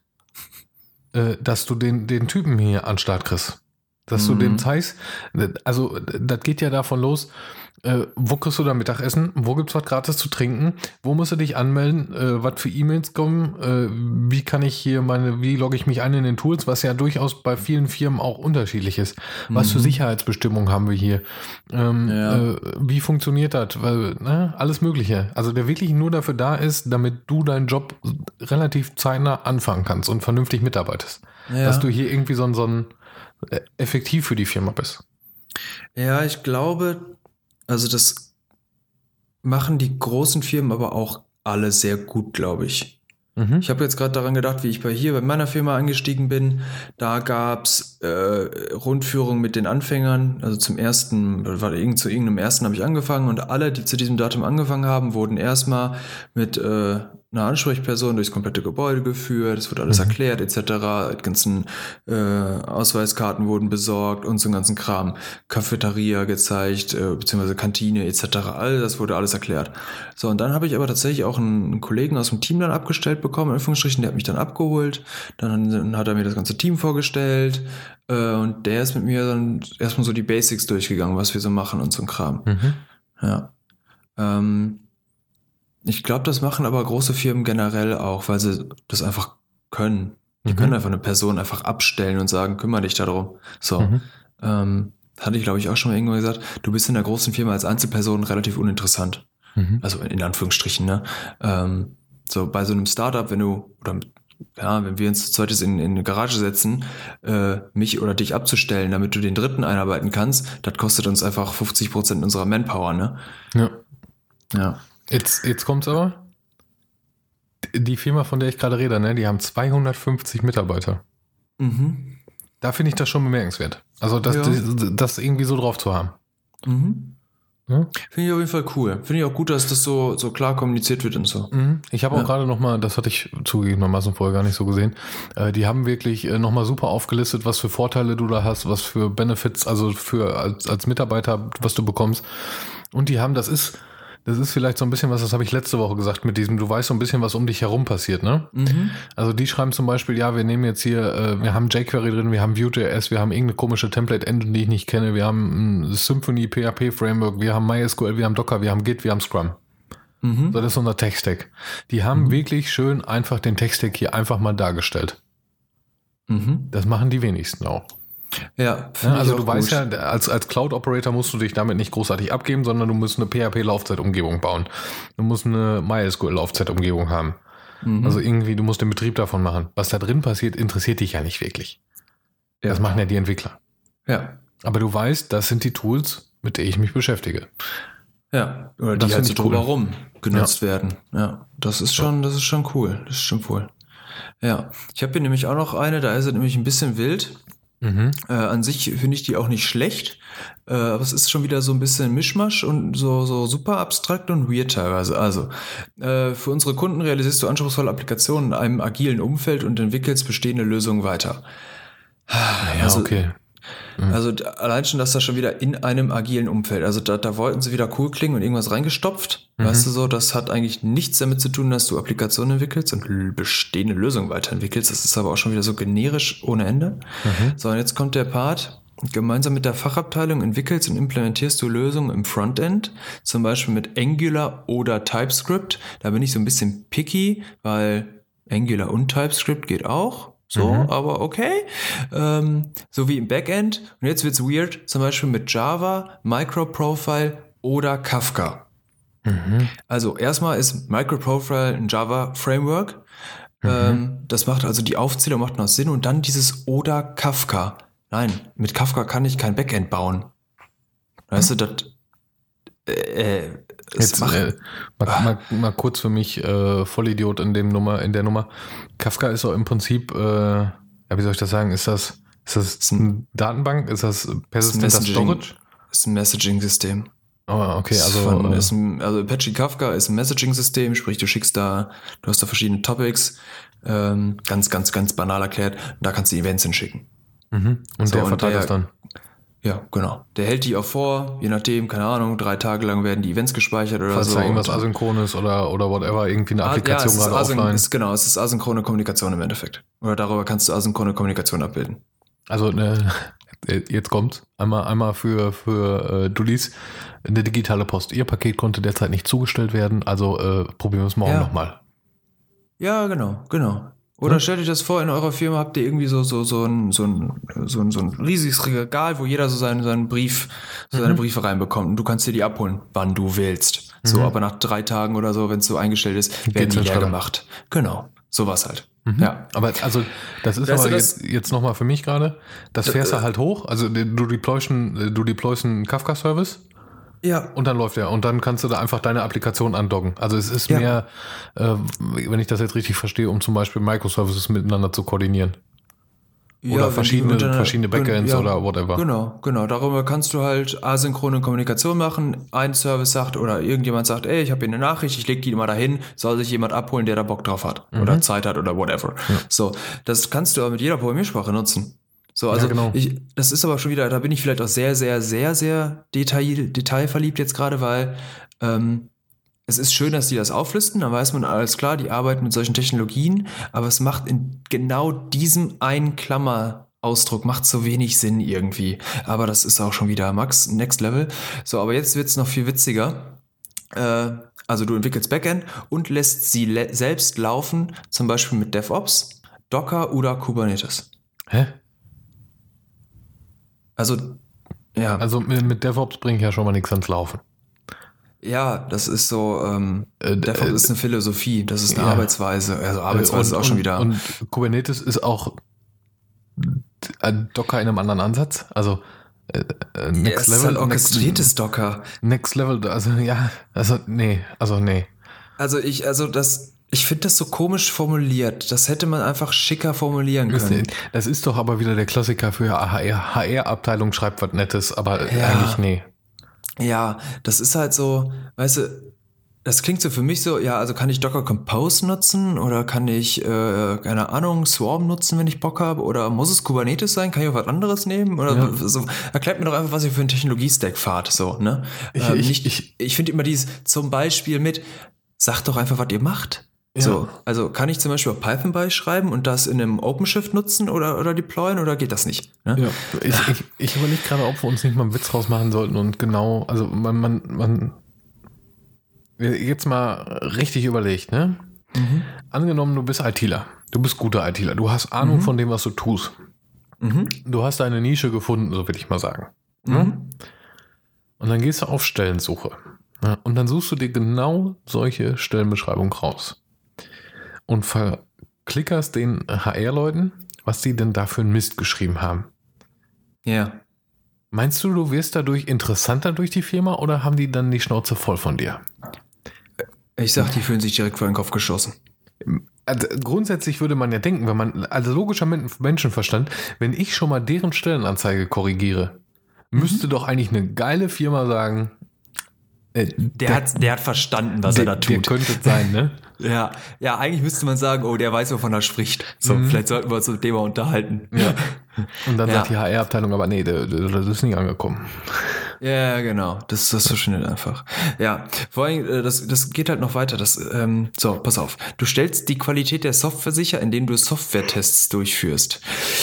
dass du den Typen hier an den Start kriegst. Dass du dem zeigst, also das geht ja davon los, wo kriegst du da Mittagessen, wo gibt's was gratis zu trinken, wo musst du dich anmelden, was für E-Mails kommen, wie logge ich mich ein in den Tools, was ja durchaus bei vielen Firmen auch unterschiedlich ist. Was für Sicherheitsbestimmungen haben wir hier? Wie funktioniert das? Alles Mögliche. Also der wirklich nur dafür da ist, damit du deinen Job relativ zeitnah anfangen kannst und vernünftig mitarbeitest. Ja. Dass du hier irgendwie so ein effektiv für die Firma bist. Ja, ich glaube, also das machen die großen Firmen aber auch alle sehr gut, glaube ich. Ich habe jetzt gerade daran gedacht, wie ich bei meiner Firma eingestiegen bin. Da gab es Rundführungen mit den Anfängern. Also zu irgendeinem ersten habe ich angefangen und alle, die zu diesem Datum angefangen haben, wurden erstmal mit einer Ansprechperson durchs komplette Gebäude geführt. Es wurde alles erklärt etc. Die ganzen Ausweiskarten wurden besorgt und so einen ganzen Kram. Cafeteria gezeigt, beziehungsweise Kantine etc. All das wurde alles erklärt. So, und dann habe ich aber tatsächlich auch einen Kollegen aus dem Team dann abgestellt bekommen, in Anführungsstrichen, der hat mich dann abgeholt. Dann hat er mir das ganze Team vorgestellt und der ist mit mir dann erstmal so die Basics durchgegangen, was wir so machen und so ein Kram. Ja. Ich glaube, das machen aber große Firmen generell auch, weil sie das einfach können. Die können einfach eine Person einfach abstellen und sagen, kümmere dich darum. So. Hatte ich, glaube ich, auch schon mal irgendwann gesagt, du bist in der großen Firma als Einzelperson relativ uninteressant. Also in Anführungsstrichen, ne? So bei so einem Startup, wenn wir uns zu zweit in eine Garage setzen, mich oder dich abzustellen, damit du den Dritten einarbeiten kannst, das kostet uns einfach 50% unserer Manpower, ne? Ja. Jetzt kommt's aber. Die Firma, von der ich gerade rede, ne, die haben 250 Mitarbeiter. Da finde ich das schon bemerkenswert. Also das irgendwie so drauf zu haben. Ja? Finde ich auf jeden Fall cool. Finde ich auch gut, dass das so klar kommuniziert wird und so. Ich habe auch gerade nochmal, das hatte ich zugegebenermaßen vorher gar nicht so gesehen, die haben wirklich nochmal super aufgelistet, was für Vorteile du da hast, was für Benefits, also als Mitarbeiter, was du bekommst. Und die haben, das ist vielleicht so ein bisschen was, das habe ich letzte Woche gesagt mit diesem, du weißt so ein bisschen, was um dich herum passiert, ne? Also die schreiben zum Beispiel, ja, wir nehmen jetzt hier, wir haben jQuery drin, wir haben Vue.js, wir haben irgendeine komische Template-Engine, die ich nicht kenne, wir haben ein Symfony PHP-Framework, wir haben MySQL, wir haben Docker, wir haben Git, wir haben Scrum. So, das ist unser Tech-Stack. Die haben wirklich schön einfach den Tech-Stack hier einfach mal dargestellt. Das machen die wenigsten auch. Ja, also du weißt ja, als Cloud-Operator musst du dich damit nicht großartig abgeben, sondern du musst eine PHP-Laufzeitumgebung bauen. Du musst eine MySQL-Laufzeitumgebung haben. Also irgendwie, du musst den Betrieb davon machen. Was da drin passiert, interessiert dich ja nicht wirklich. Ja. Das machen ja die Entwickler. Ja. Aber du weißt, das sind die Tools, mit denen ich mich beschäftige. Ja, oder die halt so drumherum genutzt werden. Ja, das ist schon cool. Das ist schon cool. Ja, ich habe hier nämlich auch noch eine, da ist es nämlich ein bisschen wild. An sich finde ich die auch nicht schlecht, aber es ist schon wieder so ein bisschen Mischmasch und so super abstrakt und weird teilweise. Also, für unsere Kunden realisierst du anspruchsvolle Applikationen in einem agilen Umfeld und entwickelst bestehende Lösungen weiter. Ja, okay. Also allein schon, dass das schon wieder in einem agilen Umfeld, also da wollten sie wieder cool klingen und irgendwas reingestopft, weißt du so, das hat eigentlich nichts damit zu tun, dass du Applikationen entwickelst und bestehende Lösungen weiterentwickelst, das ist aber auch schon wieder so generisch ohne Ende. So, und jetzt kommt der Part, gemeinsam mit der Fachabteilung entwickelst und implementierst du Lösungen im Frontend, zum Beispiel mit Angular oder TypeScript, da bin ich so ein bisschen picky, weil Angular und TypeScript geht auch. So, aber okay. So wie im Backend. Und jetzt wird's weird, zum Beispiel mit Java, Microprofile oder Kafka. Also erstmal ist Microprofile ein Java-Framework. Das macht also die Aufzählung macht noch Sinn. Und dann dieses oder Kafka. Nein, mit Kafka kann ich kein Backend bauen. Weißt du, das jetzt mal kurz für mich Vollidiot in der Nummer. Kafka ist auch im Prinzip, wie soll ich das sagen, ist das eine Datenbank? Ist das Persistent Storage? Ist ein Messaging-System. Oh, okay, also Apache Kafka ist ein Messaging-System, sprich du hast da verschiedene Topics, ganz, ganz, ganz banal erklärt, und da kannst du Events hinschicken. Und so, der verteilt das dann? Ja, genau. Der hält die auch vor, je nachdem, keine Ahnung, 3 Tage lang werden die Events gespeichert oder falls so. Falls da irgendwas Asynchrones oder whatever, irgendwie eine Applikation gerade offline. Es ist asynchrone Kommunikation im Endeffekt. Oder darüber kannst du asynchrone Kommunikation abbilden. Also, jetzt kommt's. Einmal für Dullis, eine digitale Post. Ihr Paket konnte derzeit nicht zugestellt werden, also probieren wir es morgen nochmal. Ja, genau. Oder stellt euch das vor, in eurer Firma habt ihr irgendwie so ein riesiges Regal, wo jeder so seine Briefe reinbekommt und du kannst dir die abholen, wann du willst. So, aber nach 3 Tagen oder so, wenn es so eingestellt ist, werden die leer gemacht. Genau, sowas halt. Ja. Aber also, das ist aber jetzt nochmal für mich gerade, das fährst du halt hoch, also du deployst einen Kafka-Service. Ja. Und dann läuft er. Und dann kannst du da einfach deine Applikation andocken. Also es ist mehr, wenn ich das jetzt richtig verstehe, um zum Beispiel Microservices miteinander zu koordinieren. Oder verschiedene Backends oder whatever. Genau. Darüber kannst du halt asynchrone Kommunikation machen. Ein Service sagt oder irgendjemand sagt, ey, ich habe hier eine Nachricht, ich leg die mal dahin, soll sich jemand abholen, der da Bock drauf hat. Oder Zeit hat oder whatever. Ja. So, das kannst du aber mit jeder Programmiersprache nutzen. So, also genau. Das ist aber schon wieder, da bin ich vielleicht auch sehr, sehr, sehr, sehr detailverliebt jetzt gerade, weil es ist schön, dass die das auflisten, dann weiß man, alles klar, die arbeiten mit solchen Technologien, aber es macht in genau diesem einen Klammerausdruck macht so wenig Sinn irgendwie. Aber das ist auch schon wieder Next Level. So, aber jetzt wird's noch viel witziger. Also du entwickelst Backend und lässt sie selbst laufen, zum Beispiel mit DevOps, Docker oder Kubernetes. Hä? Also, ja. Also mit DevOps bringe ich ja schon mal nichts ans Laufen. Ja, das ist so, DevOps ist eine Philosophie, das ist eine Arbeitsweise. Also Arbeitsweise ist auch schon wieder. Und Kubernetes ist auch Docker in einem anderen Ansatz. Also Next Level. Ist halt orchestriertes Docker. Next Level, nee. Ich finde das so komisch formuliert. Das hätte man einfach schicker formulieren können. Das ist doch aber wieder der Klassiker für HR-Abteilung schreibt was Nettes, aber eigentlich nee. Ja, das ist halt so, weißt du, das klingt so für mich so, ja, also kann ich Docker Compose nutzen oder kann ich, keine Ahnung, Swarm nutzen, wenn ich Bock habe, oder muss es Kubernetes sein, kann ich auch was anderes nehmen, oder so, erklärt mir doch einfach, was ihr für einen Technologie-Stack fahrt, so, ne? Ich finde immer dieses, zum Beispiel sagt doch einfach, was ihr macht. Ja. So, also kann ich zum Beispiel auch Python beischreiben und das in einem OpenShift nutzen oder deployen oder geht das nicht? Ne? Ja, ich überlege gerade, ob wir uns nicht mal einen Witz rausmachen sollten und genau, also man jetzt mal richtig überlegt, ne? Angenommen, du bist ITler, du bist guter ITler, du hast Ahnung von dem, was du tust. Du hast deine Nische gefunden, so will ich mal sagen. Mhm. Und dann gehst du auf Stellensuche. Ja, und dann suchst du dir genau solche Stellenbeschreibungen raus. Und verklickerst den HR-Leuten, was die denn da für einen Mist geschrieben haben. Ja. Meinst du wirst dadurch interessanter durch die Firma oder haben die dann die Schnauze voll von dir? Ich sag, die fühlen sich direkt vor den Kopf geschossen. Also grundsätzlich würde man ja denken, wenn man, also logischer Menschenverstand, wenn ich schon mal deren Stellenanzeige müsste doch eigentlich eine geile Firma sagen, Der hat verstanden, was er da tut. Der könnte es sein, ne? Ja, eigentlich müsste man sagen, oh, der weiß, wovon er spricht. So, vielleicht sollten wir uns zum Thema unterhalten. Ja. Und dann Ja. sagt die HR-Abteilung, aber nee, das ist nicht angekommen. Ja, genau. Das verschwindet einfach. Ja, vor allem, das geht halt noch weiter. So, pass auf. Du stellst die Qualität der Software sicher, indem du Software-Tests durchführst.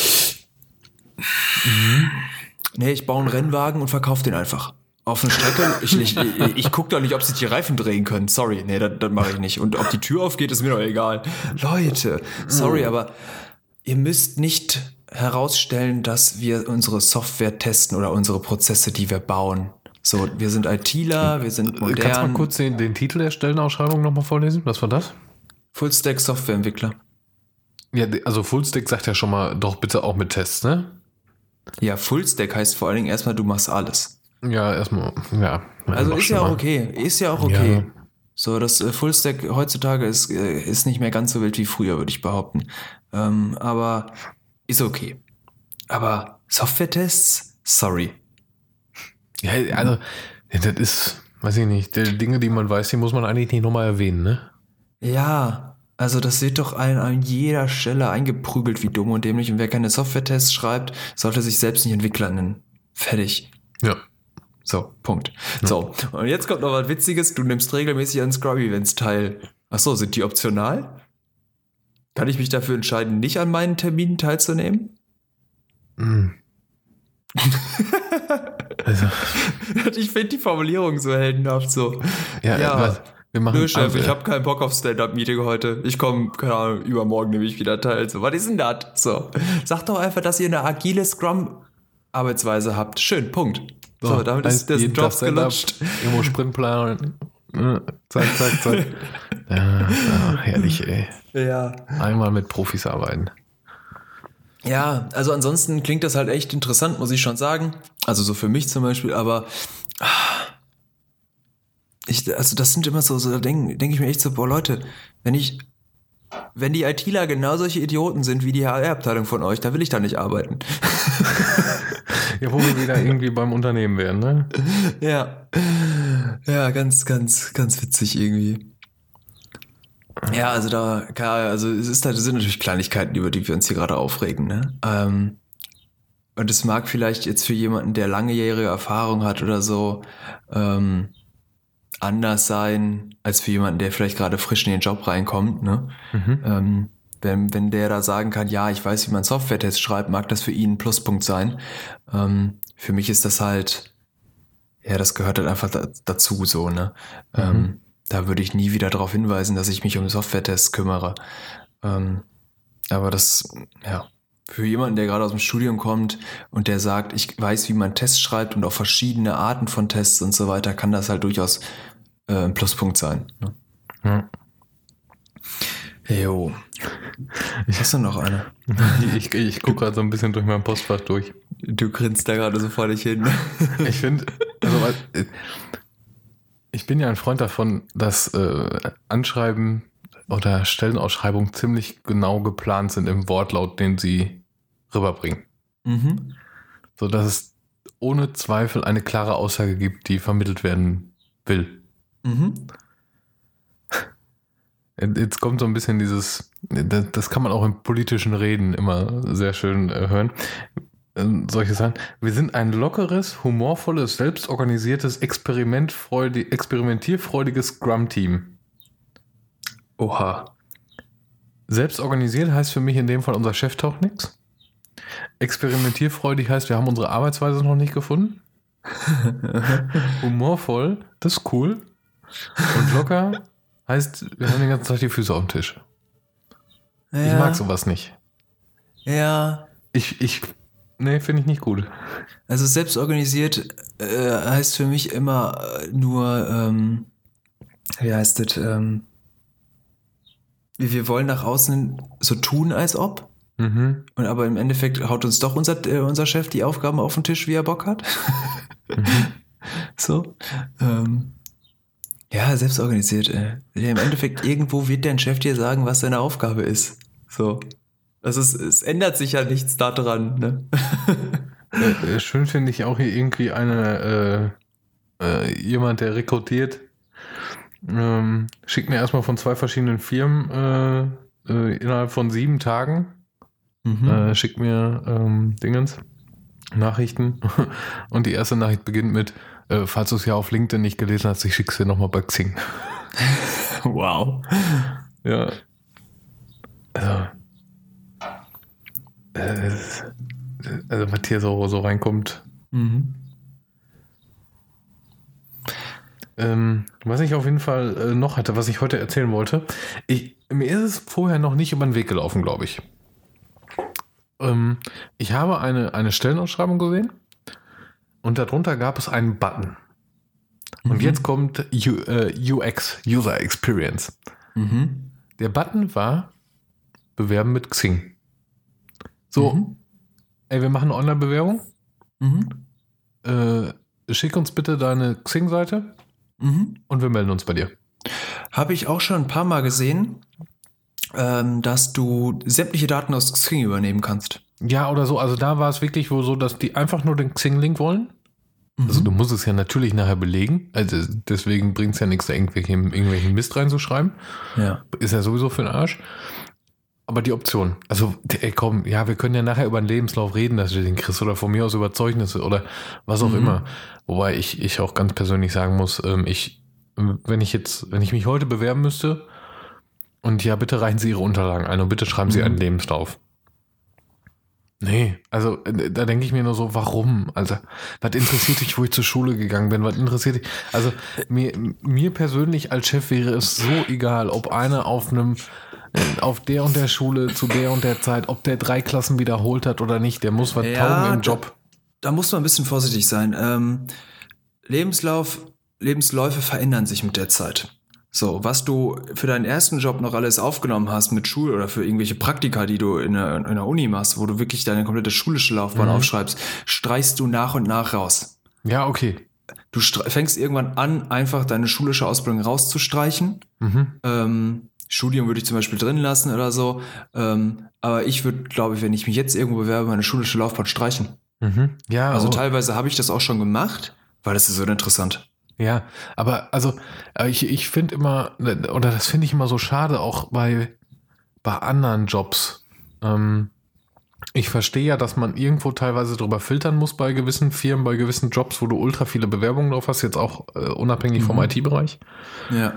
Nee, ich baue einen Rennwagen und verkaufe den einfach. Auf eine Strecke, ich gucke doch nicht, ob sich die Reifen drehen können. Sorry, nee, das mache ich nicht. Und ob die Tür aufgeht, ist mir doch egal. Leute, sorry, aber ihr müsst nicht herausstellen, dass wir unsere Software testen oder unsere Prozesse, die wir bauen. So, wir sind ITler, wir sind modern. Kannst du mal kurz den Titel der Stellenausschreibung nochmal vorlesen? Was war das? Fullstack Softwareentwickler. Ja, also Fullstack sagt ja schon mal, doch bitte auch mit Tests, ne? Ja, Fullstack heißt vor allen Dingen erstmal, du machst alles. Ja, erstmal, ja. Also ist ja auch okay. Ja. So, das Fullstack heutzutage ist nicht mehr ganz so wild wie früher, würde ich behaupten. Aber ist okay. Aber Software-Tests? Sorry. Ja, also, das ist, weiß ich nicht, die Dinge, die man weiß, die muss man eigentlich nicht nochmal erwähnen, ne? Ja, also das wird doch an jeder Stelle eingeprügelt wie dumm und dämlich. Und wer keine Software-Tests schreibt, sollte sich selbst nicht Entwickler nennen. Fertig. Ja. So, Punkt. So, und jetzt kommt noch was Witziges. Du nimmst regelmäßig an Scrum-Events teil. Achso, sind die optional? Kann ich mich dafür entscheiden, nicht an meinen Terminen teilzunehmen? Also, Ich finde die Formulierung so heldenhaft so. wir machen Nö, Chef, ich habe keinen Bock auf Stand-Up-Meeting heute. Ich komme, keine Ahnung, übermorgen nehme ich wieder teil. So, was ist denn das? So, sagt doch einfach, dass ihr eine agile Scrum-Arbeitsweise habt. Schön, Punkt. So, damit ist der Job gelutscht. Irgendwo Sprintplan. Zack, zack, zack. Ja, herrlich, ey. Ja. Einmal mit Profis arbeiten. Ja, also ansonsten klingt das halt echt interessant, muss ich schon sagen. Also so für mich zum Beispiel, aber also das sind immer so da denke ich mir echt so, boah Leute, wenn die ITler genau solche Idioten sind wie die HR-Abteilung von euch, da will ich da nicht arbeiten. Ja, wo wir wieder irgendwie beim Unternehmen wären, ne? Ja. Ja, ganz, ganz, ganz witzig irgendwie. Ja, also das sind natürlich Kleinigkeiten, über die wir uns hier gerade aufregen, ne? Und es mag vielleicht jetzt für jemanden, der langjährige Erfahrung hat oder so, anders sein, als für jemanden, der vielleicht gerade frisch in den Job reinkommt, ne? Wenn der da sagen kann, ja, ich weiß, wie man Software-Tests schreibt, mag das für ihn ein Pluspunkt sein. Für mich ist das halt, ja, das gehört halt einfach dazu, so, ne? Da würde ich nie wieder darauf hinweisen, dass ich mich um Software-Tests kümmere. Aber das, ja, für jemanden, der gerade aus dem Studium kommt und der sagt, ich weiß, wie man Tests schreibt und auch verschiedene Arten von Tests und so weiter, kann das halt durchaus ein Pluspunkt sein. Ne? Ja. Jo. Hast du noch eine? Ich gucke gerade so ein bisschen durch mein Postfach durch. Du grinst da gerade so vor dich hin. Ich finde, also ich bin ja ein Freund davon, dass Anschreiben oder Stellenausschreibungen ziemlich genau geplant sind im Wortlaut, den sie rüberbringen. So dass es ohne Zweifel eine klare Aussage gibt, die vermittelt werden will. Jetzt kommt so ein bisschen das kann man auch in politischen Reden immer sehr schön hören. Solche Sachen. Wir sind ein lockeres, humorvolles, selbstorganisiertes, experimentierfreudiges Scrum-Team. Oha. Selbstorganisiert heißt für mich in dem Fall, unser Chef taucht nichts. Experimentierfreudig heißt, wir haben unsere Arbeitsweise noch nicht gefunden. Humorvoll, das ist cool. Und locker heißt, wir haben den ganzen Tag die Füße auf dem Tisch. Ja. Ich mag sowas nicht. Ja. Ich Nee, finde ich nicht gut. Also selbstorganisiert heißt für mich immer nur, wie heißt das, wir wollen nach außen so tun, als ob. Mhm. Und aber im Endeffekt haut uns doch unser Chef die Aufgaben auf den Tisch, wie er Bock hat. So. Ja, selbstorganisiert. Ja, im Endeffekt, irgendwo wird dein Chef dir sagen, was deine Aufgabe ist. So. Also es ändert sich ja nichts daran, ne? Schön finde ich auch hier irgendwie jemand, der rekrutiert, schickt mir erstmal von 2 verschiedenen Firmen innerhalb von 7 Tagen, schickt mir Nachrichten und die erste Nachricht beginnt mit, falls du es ja auf LinkedIn nicht gelesen hast, ich schick's dir nochmal bei Xing. Wow. Ja. Also was hier so reinkommt. Was ich auf jeden Fall noch hatte, was ich heute erzählen wollte, mir ist es vorher noch nicht über den Weg gelaufen, glaube ich. Ich habe eine Stellenausschreibung gesehen und darunter gab es einen Button. Und jetzt kommt UX, User Experience. Der Button war Bewerben mit Xing. So, ey, wir machen eine Online-Bewerbung. Schick uns bitte deine Xing-Seite und wir melden uns bei dir. Habe ich auch schon ein paar Mal gesehen, dass du sämtliche Daten aus Xing übernehmen kannst. Ja, oder so. Also da war es wirklich wohl so, dass die einfach nur den Xing-Link wollen. Also du musst es ja natürlich nachher belegen. Also deswegen bringt es ja nichts, da irgendwelchen Mist reinzuschreiben. Ja. Ist ja sowieso für den Arsch. Aber die Option, also ey, komm, ja, wir können ja nachher über den Lebenslauf reden, dass du den kriegst oder von mir aus über Zeugnisse oder was auch immer. Wobei ich auch ganz persönlich sagen muss, wenn ich mich heute bewerben müsste und ja, bitte reichen Sie Ihre Unterlagen ein und bitte schreiben Sie einen Lebenslauf. Nee, also da denke ich mir nur so, warum? Also, was interessiert dich, wo ich zur Schule gegangen bin? Was interessiert dich? Also, mir persönlich als Chef wäre es so egal, ob einer auf der und der Schule zu der und der Zeit, ob der 3 Klassen wiederholt hat oder nicht, der muss was taugen im Job. Da muss man ein bisschen vorsichtig sein. Lebensläufe verändern sich mit der Zeit. So, was du für deinen ersten Job noch alles aufgenommen hast mit Schule oder für irgendwelche Praktika, die du in der Uni machst, wo du wirklich deine komplette schulische Laufbahn aufschreibst, streichst du nach und nach raus. Ja, okay. Du fängst irgendwann an, einfach deine schulische Ausbildung rauszustreichen. Studium würde ich zum Beispiel drin lassen oder so. Aber ich würde, glaube ich, wenn ich mich jetzt irgendwo bewerbe, meine schulische Laufbahn streichen. Ja, also teilweise habe ich das auch schon gemacht, weil das ist so interessant. Ja, aber also ich finde immer, oder das finde ich immer so schade, auch bei anderen Jobs. Ich verstehe ja, dass man irgendwo teilweise drüber filtern muss bei gewissen Firmen, bei gewissen Jobs, wo du ultra viele Bewerbungen drauf hast, jetzt auch unabhängig vom IT-Bereich. Ja.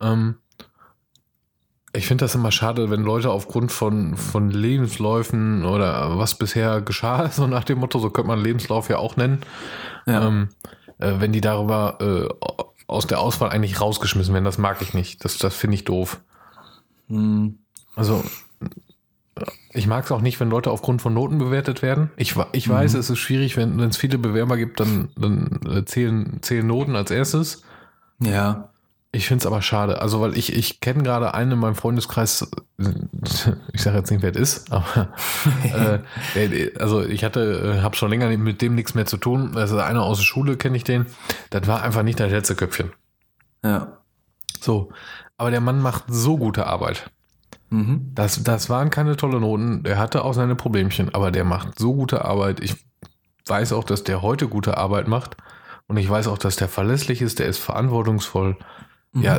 Ich finde das immer schade, wenn Leute aufgrund von Lebensläufen oder was bisher geschah, so nach dem Motto, so könnte man Lebenslauf ja auch nennen, wenn die darüber aus der Auswahl eigentlich rausgeschmissen werden. Das mag ich nicht. Das finde ich doof. Also ich mag es auch nicht, wenn Leute aufgrund von Noten bewertet werden. Ich weiß, es ist schwierig, wenn es viele Bewerber gibt, dann zählen Noten als erstes. Ja. Ich finde es aber schade. Also, weil ich kenne gerade einen in meinem Freundeskreis, ich sage jetzt nicht, wer es ist, aber also ich habe schon länger mit dem nichts mehr zu tun. Also einer aus der Schule, kenne ich den. Das war einfach nicht das letzte Köpfchen. Ja. So, aber der Mann macht so gute Arbeit. Das waren keine tolle Noten. Der hatte auch seine Problemchen, aber der macht so gute Arbeit. Ich weiß auch, dass der heute gute Arbeit macht. Und ich weiß auch, dass der verlässlich ist, der ist verantwortungsvoll. Ja,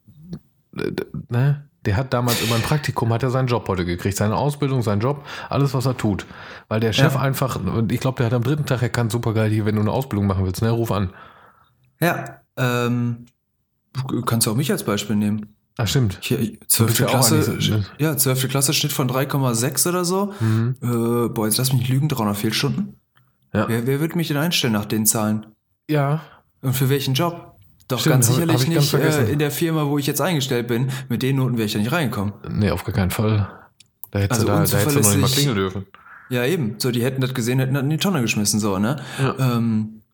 der hat damals über ein Praktikum, hat er seinen Job heute gekriegt, seine Ausbildung, seinen Job, alles, was er tut. Weil der Chef einfach, und ich glaube, der hat am 3. Tag erkannt, super geil, hier, wenn du eine Ausbildung machen willst, ne, ruf an. Ja, du kannst auch mich als Beispiel nehmen. Ach, stimmt. Hier, 12. Klasse, Schnitt von 3,6 oder so. Jetzt lass mich nicht lügen, 300 Fehlstunden. Ja. Wer würde mich denn einstellen nach den Zahlen? Ja. Und für welchen Job? Doch Stimmt, ganz sicherlich nicht in der Firma, wo ich jetzt eingestellt bin. Mit den Noten wäre ich da nicht reingekommen. Nee, auf gar keinen Fall. Da hättest du noch nicht mal klingeln dürfen. Ja, eben. So, die hätten das gesehen, hätten das in die Tonne geschmissen, so, ne? Ja.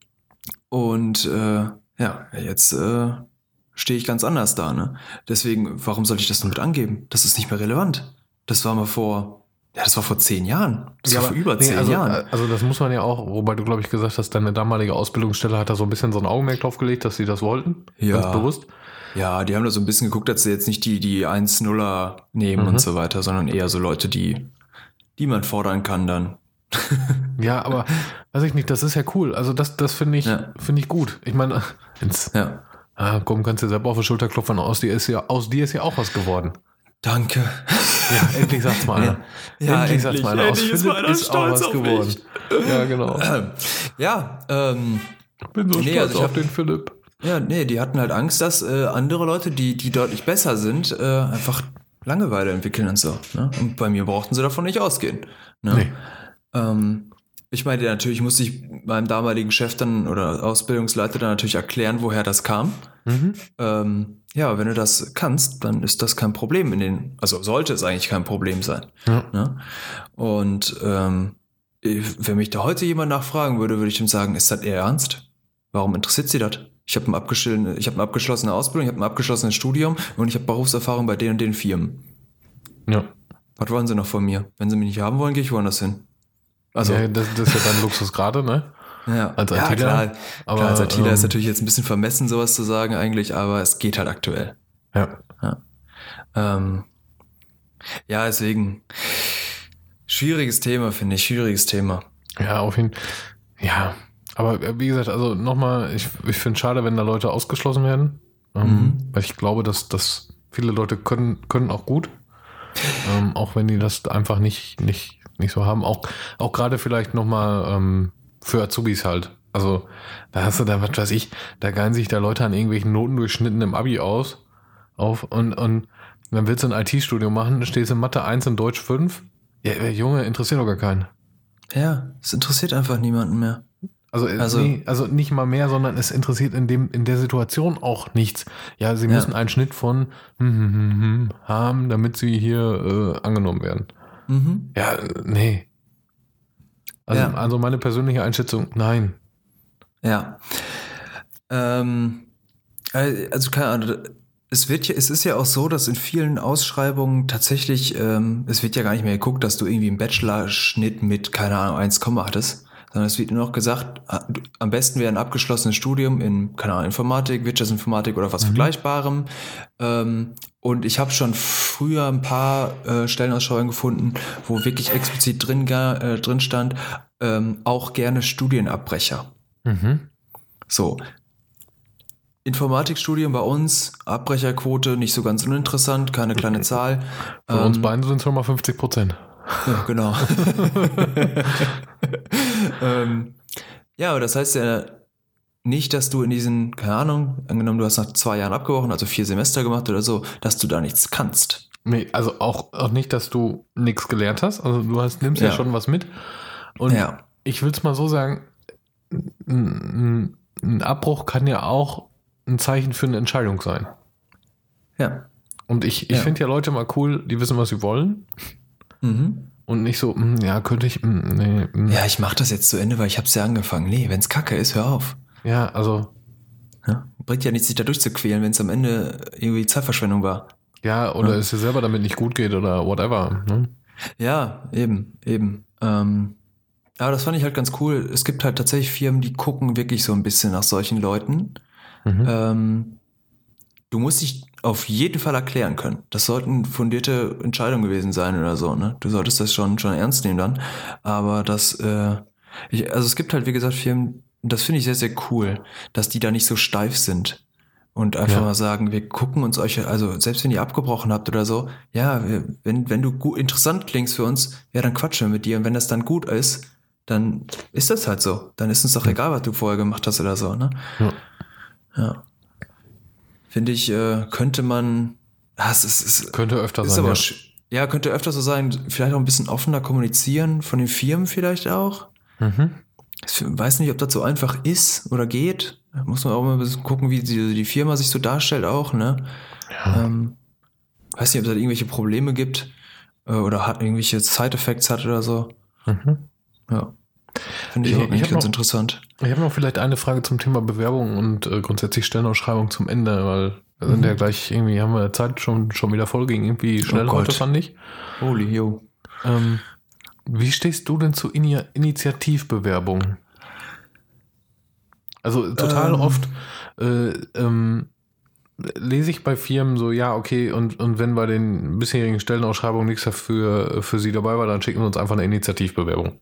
Jetzt stehe ich ganz anders da, ne? Deswegen, warum soll ich das damit angeben? Das ist nicht mehr relevant. Das war vor 10 Jahren. Das war vor über 10 Jahren. Also das muss man ja auch, wobei du, glaube ich, gesagt hast, deine damalige Ausbildungsstelle hat da so ein bisschen so ein Augenmerk drauf gelegt, dass sie das wollten. Ja. Ganz bewusst. Ja, die haben da so ein bisschen geguckt, dass sie jetzt nicht die 1-0er nehmen und so weiter, sondern eher so Leute, die man fordern kann dann. Ja, aber weiß ich nicht, das ist ja cool. Also das finde ich gut. Ich meine, komm, kannst dir selber auf die Schulter klopfen, aus dir ist ja auch was geworden. Danke. Ja, endlich sagt's mal einer. Ja, endlich sagt's mal einer. Aus endlich Philipp ist auch was geworden. Ja, genau. Bin so stolz auf den Philipp. Ja, nee, die hatten halt Angst, dass andere Leute, die deutlich besser sind, einfach Langeweile entwickeln und so. Ne? Und bei mir brauchten sie davon nicht ausgehen. Ne? Nee. Ich meine, natürlich musste ich meinem damaligen Chef dann oder Ausbildungsleiter dann natürlich erklären, woher das kam. Wenn du das kannst, dann ist das kein Problem also sollte es eigentlich kein Problem sein. Ja. Ne? Und wenn mich da heute jemand nachfragen würde, würde ich ihm sagen, ist das Ihr Ernst? Warum interessiert Sie das? Ich habe eine abgeschlossene Ausbildung, ich habe ein abgeschlossenes Studium und ich habe Berufserfahrung bei den und den Firmen. Ja. Was wollen Sie noch von mir? Wenn Sie mich nicht haben wollen, gehe ich woanders hin. Also, ja, das ist ja dein Luxus gerade, ne? Ja, als ITler. Klar, als ITler ist natürlich jetzt ein bisschen vermessen, sowas zu sagen eigentlich, aber es geht halt aktuell. Deswegen schwieriges Thema, finde ich, Ja, auf jeden Fall. Ja, aber wie gesagt, also nochmal, ich finde es schade, wenn da Leute ausgeschlossen werden, weil ich glaube, dass viele Leute können auch gut, auch wenn die das einfach nicht so haben. Auch gerade vielleicht nochmal für Azubis halt. Also da hast du da, was weiß ich, da geilen sich da Leute an irgendwelchen Notendurchschnitten im Abi auf und dann willst du ein IT-Studium machen, stehst in Mathe 1 und Deutsch 5. Ja, Junge, interessiert doch gar keinen. Ja, es interessiert einfach niemanden mehr. Also nicht mal mehr, sondern es interessiert in der Situation auch nichts. Ja, sie müssen einen Schnitt von haben, damit sie hier angenommen werden. Ja, nee. Also meine persönliche Einschätzung, nein. Ja. Also keine Ahnung. Es ist ja auch so, dass in vielen Ausschreibungen tatsächlich, es wird ja gar nicht mehr geguckt, dass du irgendwie einen Bachelorschnitt mit, keine Ahnung, 1, hattest, sondern es wird nur noch gesagt, am besten wäre ein abgeschlossenes Studium in, keine Ahnung, Informatik, Wirtschaftsinformatik oder was Vergleichbarem. Und ich habe schon früher ein paar Stellenausschreibungen gefunden, wo wirklich explizit drin stand, auch gerne Studienabbrecher. So. Informatikstudium bei uns, Abbrecherquote nicht so ganz uninteressant, keine kleine Zahl. Von uns beiden sind es schon mal 50%. Ja, genau. Aber das heißt ja nicht, dass du in diesen, keine Ahnung, angenommen, du hast nach 2 Jahren abgebrochen, also 4 Semester gemacht oder so, dass du da nichts kannst. Nee, also auch nicht, dass du nichts gelernt hast. Also du nimmst ja schon was mit. Und ich will es mal so sagen, ein Abbruch kann ja auch ein Zeichen für eine Entscheidung sein. Ja. Und ich finde ja Leute mal cool, die wissen, was sie wollen. Und nicht so, könnte ich, nee. Ja, ich mache das jetzt zu Ende, weil ich habe es ja angefangen. Nee, wenn es Kacke ist, hör auf. Ja, also. Ja, bringt ja nichts, sich da durchzuquälen, wenn es am Ende irgendwie Zeitverschwendung war. Ja, oder es dir selber damit nicht gut geht oder whatever. Ne? Ja, eben. Aber das fand ich halt ganz cool. Es gibt halt tatsächlich Firmen, die gucken wirklich so ein bisschen nach solchen Leuten. Du musst dich auf jeden Fall erklären können. Das sollten fundierte Entscheidungen gewesen sein oder so, ne? Du solltest das schon ernst nehmen dann. Aber es gibt halt, wie gesagt, Firmen, das finde ich sehr, sehr cool, dass die da nicht so steif sind und einfach mal sagen, wir gucken uns also selbst wenn ihr abgebrochen habt oder so, ja, wenn du interessant klingst für uns, ja, dann quatschen wir mit dir und wenn das dann gut ist, dann ist das halt so. Dann ist uns doch egal, was du vorher gemacht hast oder so, ne? Ja. Finde ich, könnte man. Könnte öfter sein. Aber könnte öfter so sein. Vielleicht auch ein bisschen offener kommunizieren von den Firmen vielleicht auch. Ich weiß nicht, ob das so einfach ist oder geht. Da muss man auch mal ein bisschen gucken, wie die Firma sich so darstellt auch, ne? Ja. Weiß nicht, ob es da irgendwelche Probleme gibt oder irgendwelche Side-Effects hat oder so. Ja. Finde ich auch eigentlich ganz interessant. Ich habe noch vielleicht eine Frage zum Thema Bewerbung und grundsätzlich Stellenausschreibung zum Ende, weil wir sind ja gleich irgendwie, haben wir Zeit schon wieder voll, ging irgendwie schnell heute, fand ich. Holy, yo. Wie stehst du denn zu Initiativbewerbungen? Also total oft lese ich bei Firmen so, ja, okay, und wenn bei den bisherigen Stellenausschreibungen nichts dafür für sie dabei war, dann schicken wir uns einfach eine Initiativbewerbung.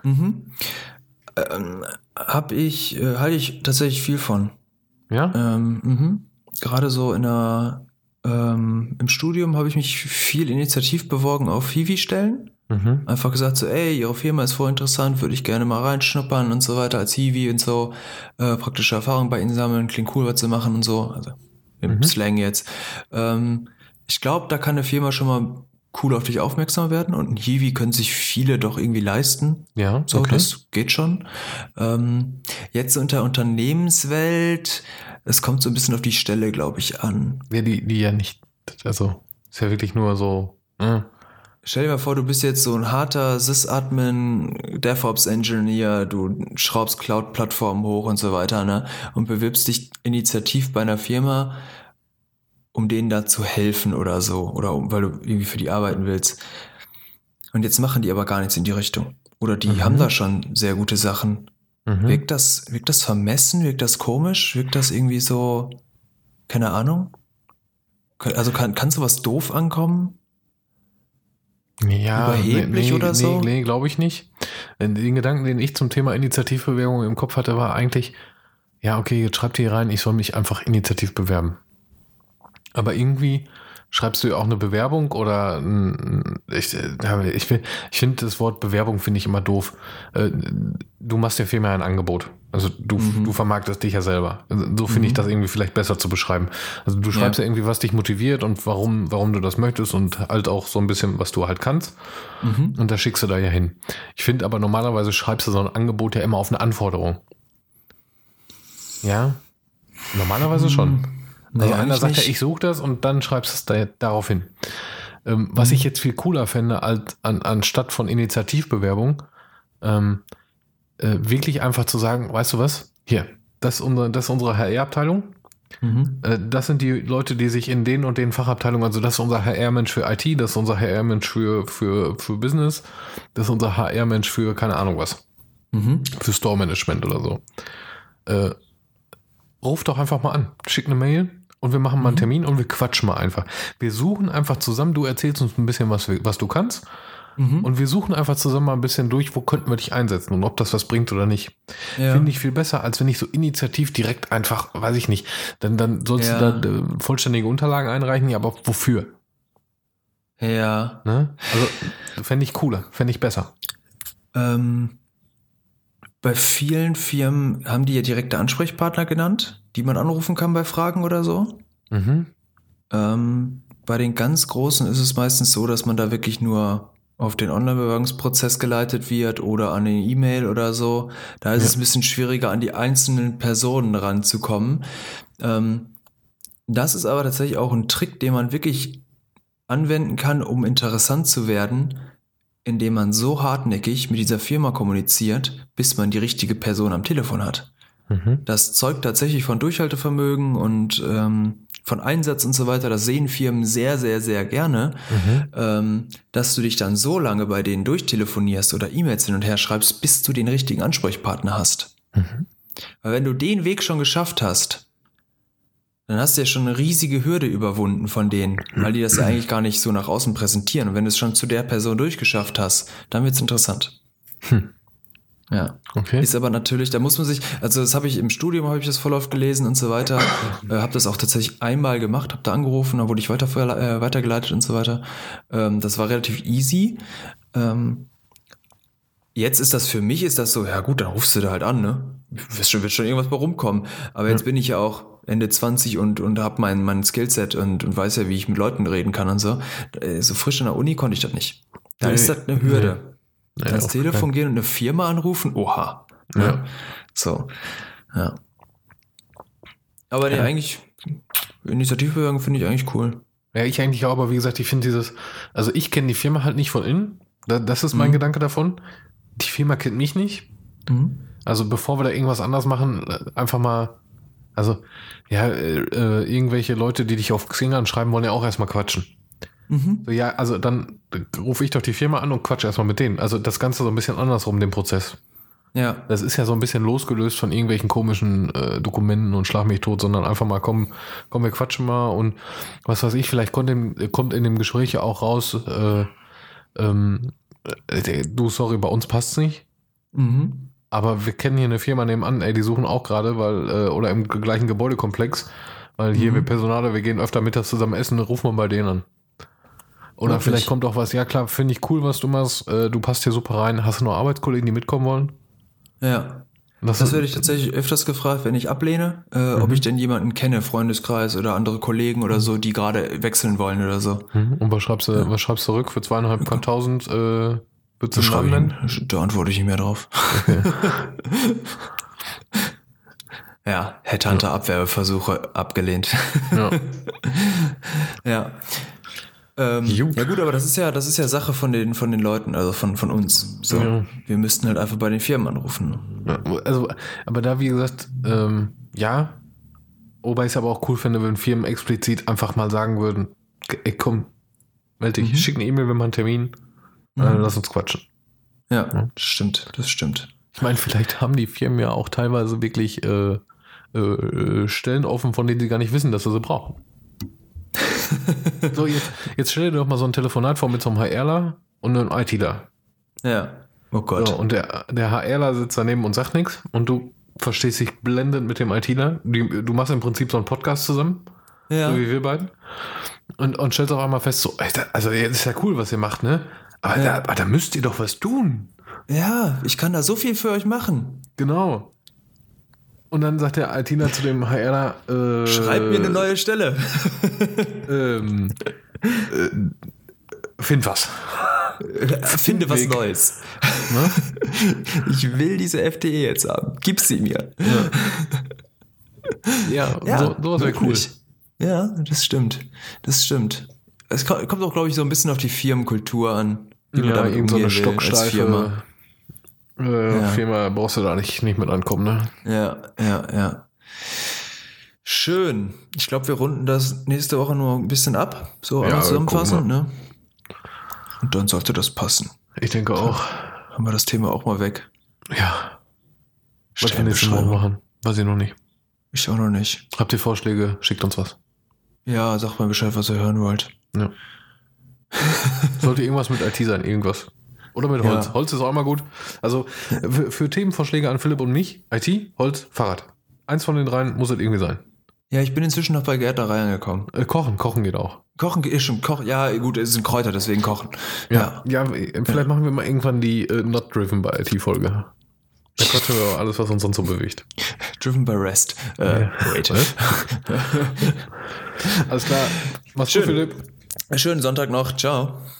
Halte ich tatsächlich viel von. Ja? Gerade so im Studium habe ich mich viel initiativ beworben auf Hiwi-Stellen. Einfach gesagt so, ey, Ihre Firma ist voll interessant, würde ich gerne mal reinschnuppern und so weiter als Hiwi und so, praktische Erfahrung bei Ihnen sammeln, klingt cool, was Sie machen und so, also im Slang jetzt. Ich glaube, da kann eine Firma schon mal cool auf dich aufmerksam werden und ein Hiwi können sich viele doch irgendwie leisten. Ja, so, okay. Das geht schon. Jetzt unter Unternehmenswelt, es kommt so ein bisschen auf die Stelle, glaube ich, an. Ja, die ja nicht, also ist ja wirklich nur so. Stell dir mal vor, du bist jetzt so ein harter Sysadmin, DevOps-Engineer, du schraubst Cloud-Plattformen hoch und so weiter, ne? Und bewirbst dich initiativ bei einer Firma, um denen da zu helfen oder so. Oder weil du irgendwie für die arbeiten willst. Und jetzt machen die aber gar nichts in die Richtung. Oder die haben da schon sehr gute Sachen. Wirkt das vermessen? Wirkt das komisch? Wirkt das irgendwie so, keine Ahnung? Also kann sowas doof ankommen? Ja, überheblich oder so? Nee, glaube ich nicht. Den Gedanken, den ich zum Thema Initiativbewerbung im Kopf hatte, war eigentlich, ja, okay, jetzt schreibt hier rein, ich soll mich einfach initiativ bewerben. Aber irgendwie schreibst du ja auch eine Bewerbung oder ich finde das Wort Bewerbung finde ich immer doof. Du machst der Firma ein Angebot. Also du vermarktest dich ja selber. So finde ich das irgendwie vielleicht besser zu beschreiben. Also du schreibst ja irgendwie, was dich motiviert und warum du das möchtest und halt auch so ein bisschen, was du halt kannst. Und da schickst du da ja hin. Ich finde aber normalerweise schreibst du so ein Angebot ja immer auf eine Anforderung. Ja, normalerweise schon. Also einer sagt ja, ich suche das und dann schreibst du es darauf hin. Was ich jetzt viel cooler fände, anstatt von Initiativbewerbung, wirklich einfach zu sagen, weißt du was, hier, das ist unsere HR-Abteilung, das sind die Leute, die sich in den und den Fachabteilungen, also das ist unser HR-Mensch für IT, das ist unser HR-Mensch für Business, das ist unser HR-Mensch für keine Ahnung was, für Store-Management oder so. Ruf doch einfach mal an, schick eine Mail und wir machen mal einen Termin und wir quatschen mal einfach. Wir suchen einfach zusammen, du erzählst uns ein bisschen, was du kannst und wir suchen einfach zusammen mal ein bisschen durch, wo könnten wir dich einsetzen und ob das was bringt oder nicht. Ja. Finde ich viel besser, als wenn ich so initiativ direkt einfach, weiß ich nicht, dann sollst du da vollständige Unterlagen einreichen, ja, aber wofür? Ja. Ne? Also fände ich cooler, fände ich besser. Bei vielen Firmen haben die ja direkte Ansprechpartner genannt, die man anrufen kann bei Fragen oder so. Bei den ganz Großen ist es meistens so, dass man da wirklich nur auf den Online-Bewerbungsprozess geleitet wird oder an eine E-Mail oder so. Da ist es ein bisschen schwieriger, an die einzelnen Personen ranzukommen. Das ist aber tatsächlich auch ein Trick, den man wirklich anwenden kann, um interessant zu werden, indem man so hartnäckig mit dieser Firma kommuniziert, bis man die richtige Person am Telefon hat. Das zeugt tatsächlich von Durchhaltevermögen und von Einsatz und so weiter. Das sehen Firmen sehr, sehr, sehr gerne, dass du dich dann so lange bei denen durchtelefonierst oder E-Mails hin und her schreibst, bis du den richtigen Ansprechpartner hast. Weil wenn du den Weg schon geschafft hast, dann hast du ja schon eine riesige Hürde überwunden von denen, weil die das ja eigentlich gar nicht so nach außen präsentieren. Und wenn du es schon zu der Person durchgeschafft hast, dann wird es interessant. Ja. Okay. Ist aber natürlich, da muss man sich, also das habe ich im Studium, habe ich das voll oft gelesen und so weiter. Habe das auch tatsächlich einmal gemacht, habe da angerufen, dann wurde ich weitergeleitet und so weiter. Das war relativ easy. Jetzt ist das für mich, so, ja gut, dann rufst du da halt an, ne? Wird schon irgendwas bei rumkommen. Aber jetzt bin ich ja auch Ende 20 und habe mein Skillset und weiß ja, wie ich mit Leuten reden kann und so. So frisch an der Uni konnte ich das nicht. Da ist das eine Hürde. Ans Telefon gehen und eine Firma anrufen, oha. Ne? Ja. So, ja. Aber nee, eigentlich, Initiativbewerbung finde ich eigentlich cool. Ja, ich eigentlich auch, aber wie gesagt, ich finde also ich kenne die Firma halt nicht von innen. Das ist mein Gedanke davon. die Firma kennt mich nicht. Mhm. Also bevor wir da irgendwas anders machen, einfach mal, also ja, irgendwelche Leute, die dich auf Xing anschreiben, wollen ja auch erstmal quatschen. Mhm. So, ja, also dann rufe ich doch die Firma an und quatsche erstmal mit denen. Also das Ganze so ein bisschen andersrum, den Prozess. Ja. Das ist ja so ein bisschen losgelöst von irgendwelchen komischen Dokumenten und schlag mich tot, sondern einfach mal komm, wir quatschen mal und was weiß ich, vielleicht kommt in dem Gespräch ja auch raus, du, sorry, bei uns passt's nicht. Mhm. Aber wir kennen hier eine Firma nebenan, die suchen auch gerade, weil, oder im gleichen Gebäudekomplex, weil hier wir Personale, wir gehen öfter mittags zusammen essen, rufen wir bei denen an. Oder Wirklich? vielleicht kommt auch was, ja klar, finde ich cool, was du machst, du passt hier super rein, hast du noch Arbeitskollegen, die mitkommen wollen? Ja. Das werde ich tatsächlich öfters gefragt, wenn ich ablehne, ob ich denn jemanden kenne, Freundeskreis oder andere Kollegen oder so, die gerade wechseln wollen oder so. Und was schreibst du zurück für 2.500? Würdest du Schreibe einen Namen nennen? Da antworte ich nicht mehr drauf. Okay. Ja, Headhunter-Abwerbeversuche abgelehnt. Ja. Ja. Gut. Ja gut, aber das ist ja Sache von den Leuten, also von uns. So, Ja. Wir müssten halt einfach bei den Firmen anrufen. Ja, also, aber da, wie gesagt, ja, wobei ich es aber auch cool finde, wenn Firmen explizit einfach mal sagen würden, ey, komm, melde dich, schick eine E-Mail, wenn man einen Termin, lass uns quatschen. Ja, das stimmt. Ich meine, vielleicht haben die Firmen ja auch teilweise wirklich Stellen offen, von denen sie gar nicht wissen, dass sie sie brauchen. So, jetzt stell dir doch mal so ein Telefonat vor mit so einem HRler und einem ITler. Ja. Oh Gott. So, und der HRler sitzt daneben und sagt nichts und du verstehst dich blendend mit dem ITler. Du machst im Prinzip so einen Podcast zusammen, Ja. so wie wir beiden. Und stellst auf einmal fest, so, also das ist ja cool, was ihr macht, ne? Aber, Ja. da müsst ihr doch was tun. Ja, ich kann da so viel für euch machen. Genau. Und dann sagt der ITler zu dem HRler, Schreibt mir eine neue Stelle. Find was. Finde was Weg. Neues. Ne? Ich will diese FDE jetzt haben. Gib sie mir. Ja, sowas wäre cool. wirklich. Ja, das stimmt. Es kommt auch, glaube ich, so ein bisschen auf die Firmenkultur an. Wie man damit irgend so eine umgehen will als Firma. Firma brauchst du da nicht mit ankommen, ne? Ja. Schön. Ich glaube, wir runden das nächste Woche nur ein bisschen ab. So Ja, einmal zusammenfassen, gucken ne? Und dann sollte das passen. Ich denke auch. Haben wir das Thema auch mal weg. Ja. Was wir nächste Woche machen, weiß ich noch nicht. Ich auch noch nicht. Habt ihr Vorschläge? Schickt uns was. Ja, sagt mal Bescheid, was ihr hören wollt. Ja. Sollte irgendwas mit IT sein, irgendwas. Oder mit Holz. Ja. Holz ist auch immer gut. Also für Themenvorschläge an Philipp und mich, IT, Holz, Fahrrad. Eins von den dreien muss es irgendwie sein. Ja, ich bin inzwischen noch bei Gärtnerei angekommen. Kochen geht auch. Kochen ist schon ja gut, es sind Kräuter, deswegen kochen. Ja, vielleicht machen wir mal irgendwann die Not Driven by IT-Folge. Da quatschen wir alles, was uns sonst so bewegt. Driven by Rest. Wait. Alles klar. Mach's gut, Philipp. Schönen Sonntag noch. Ciao.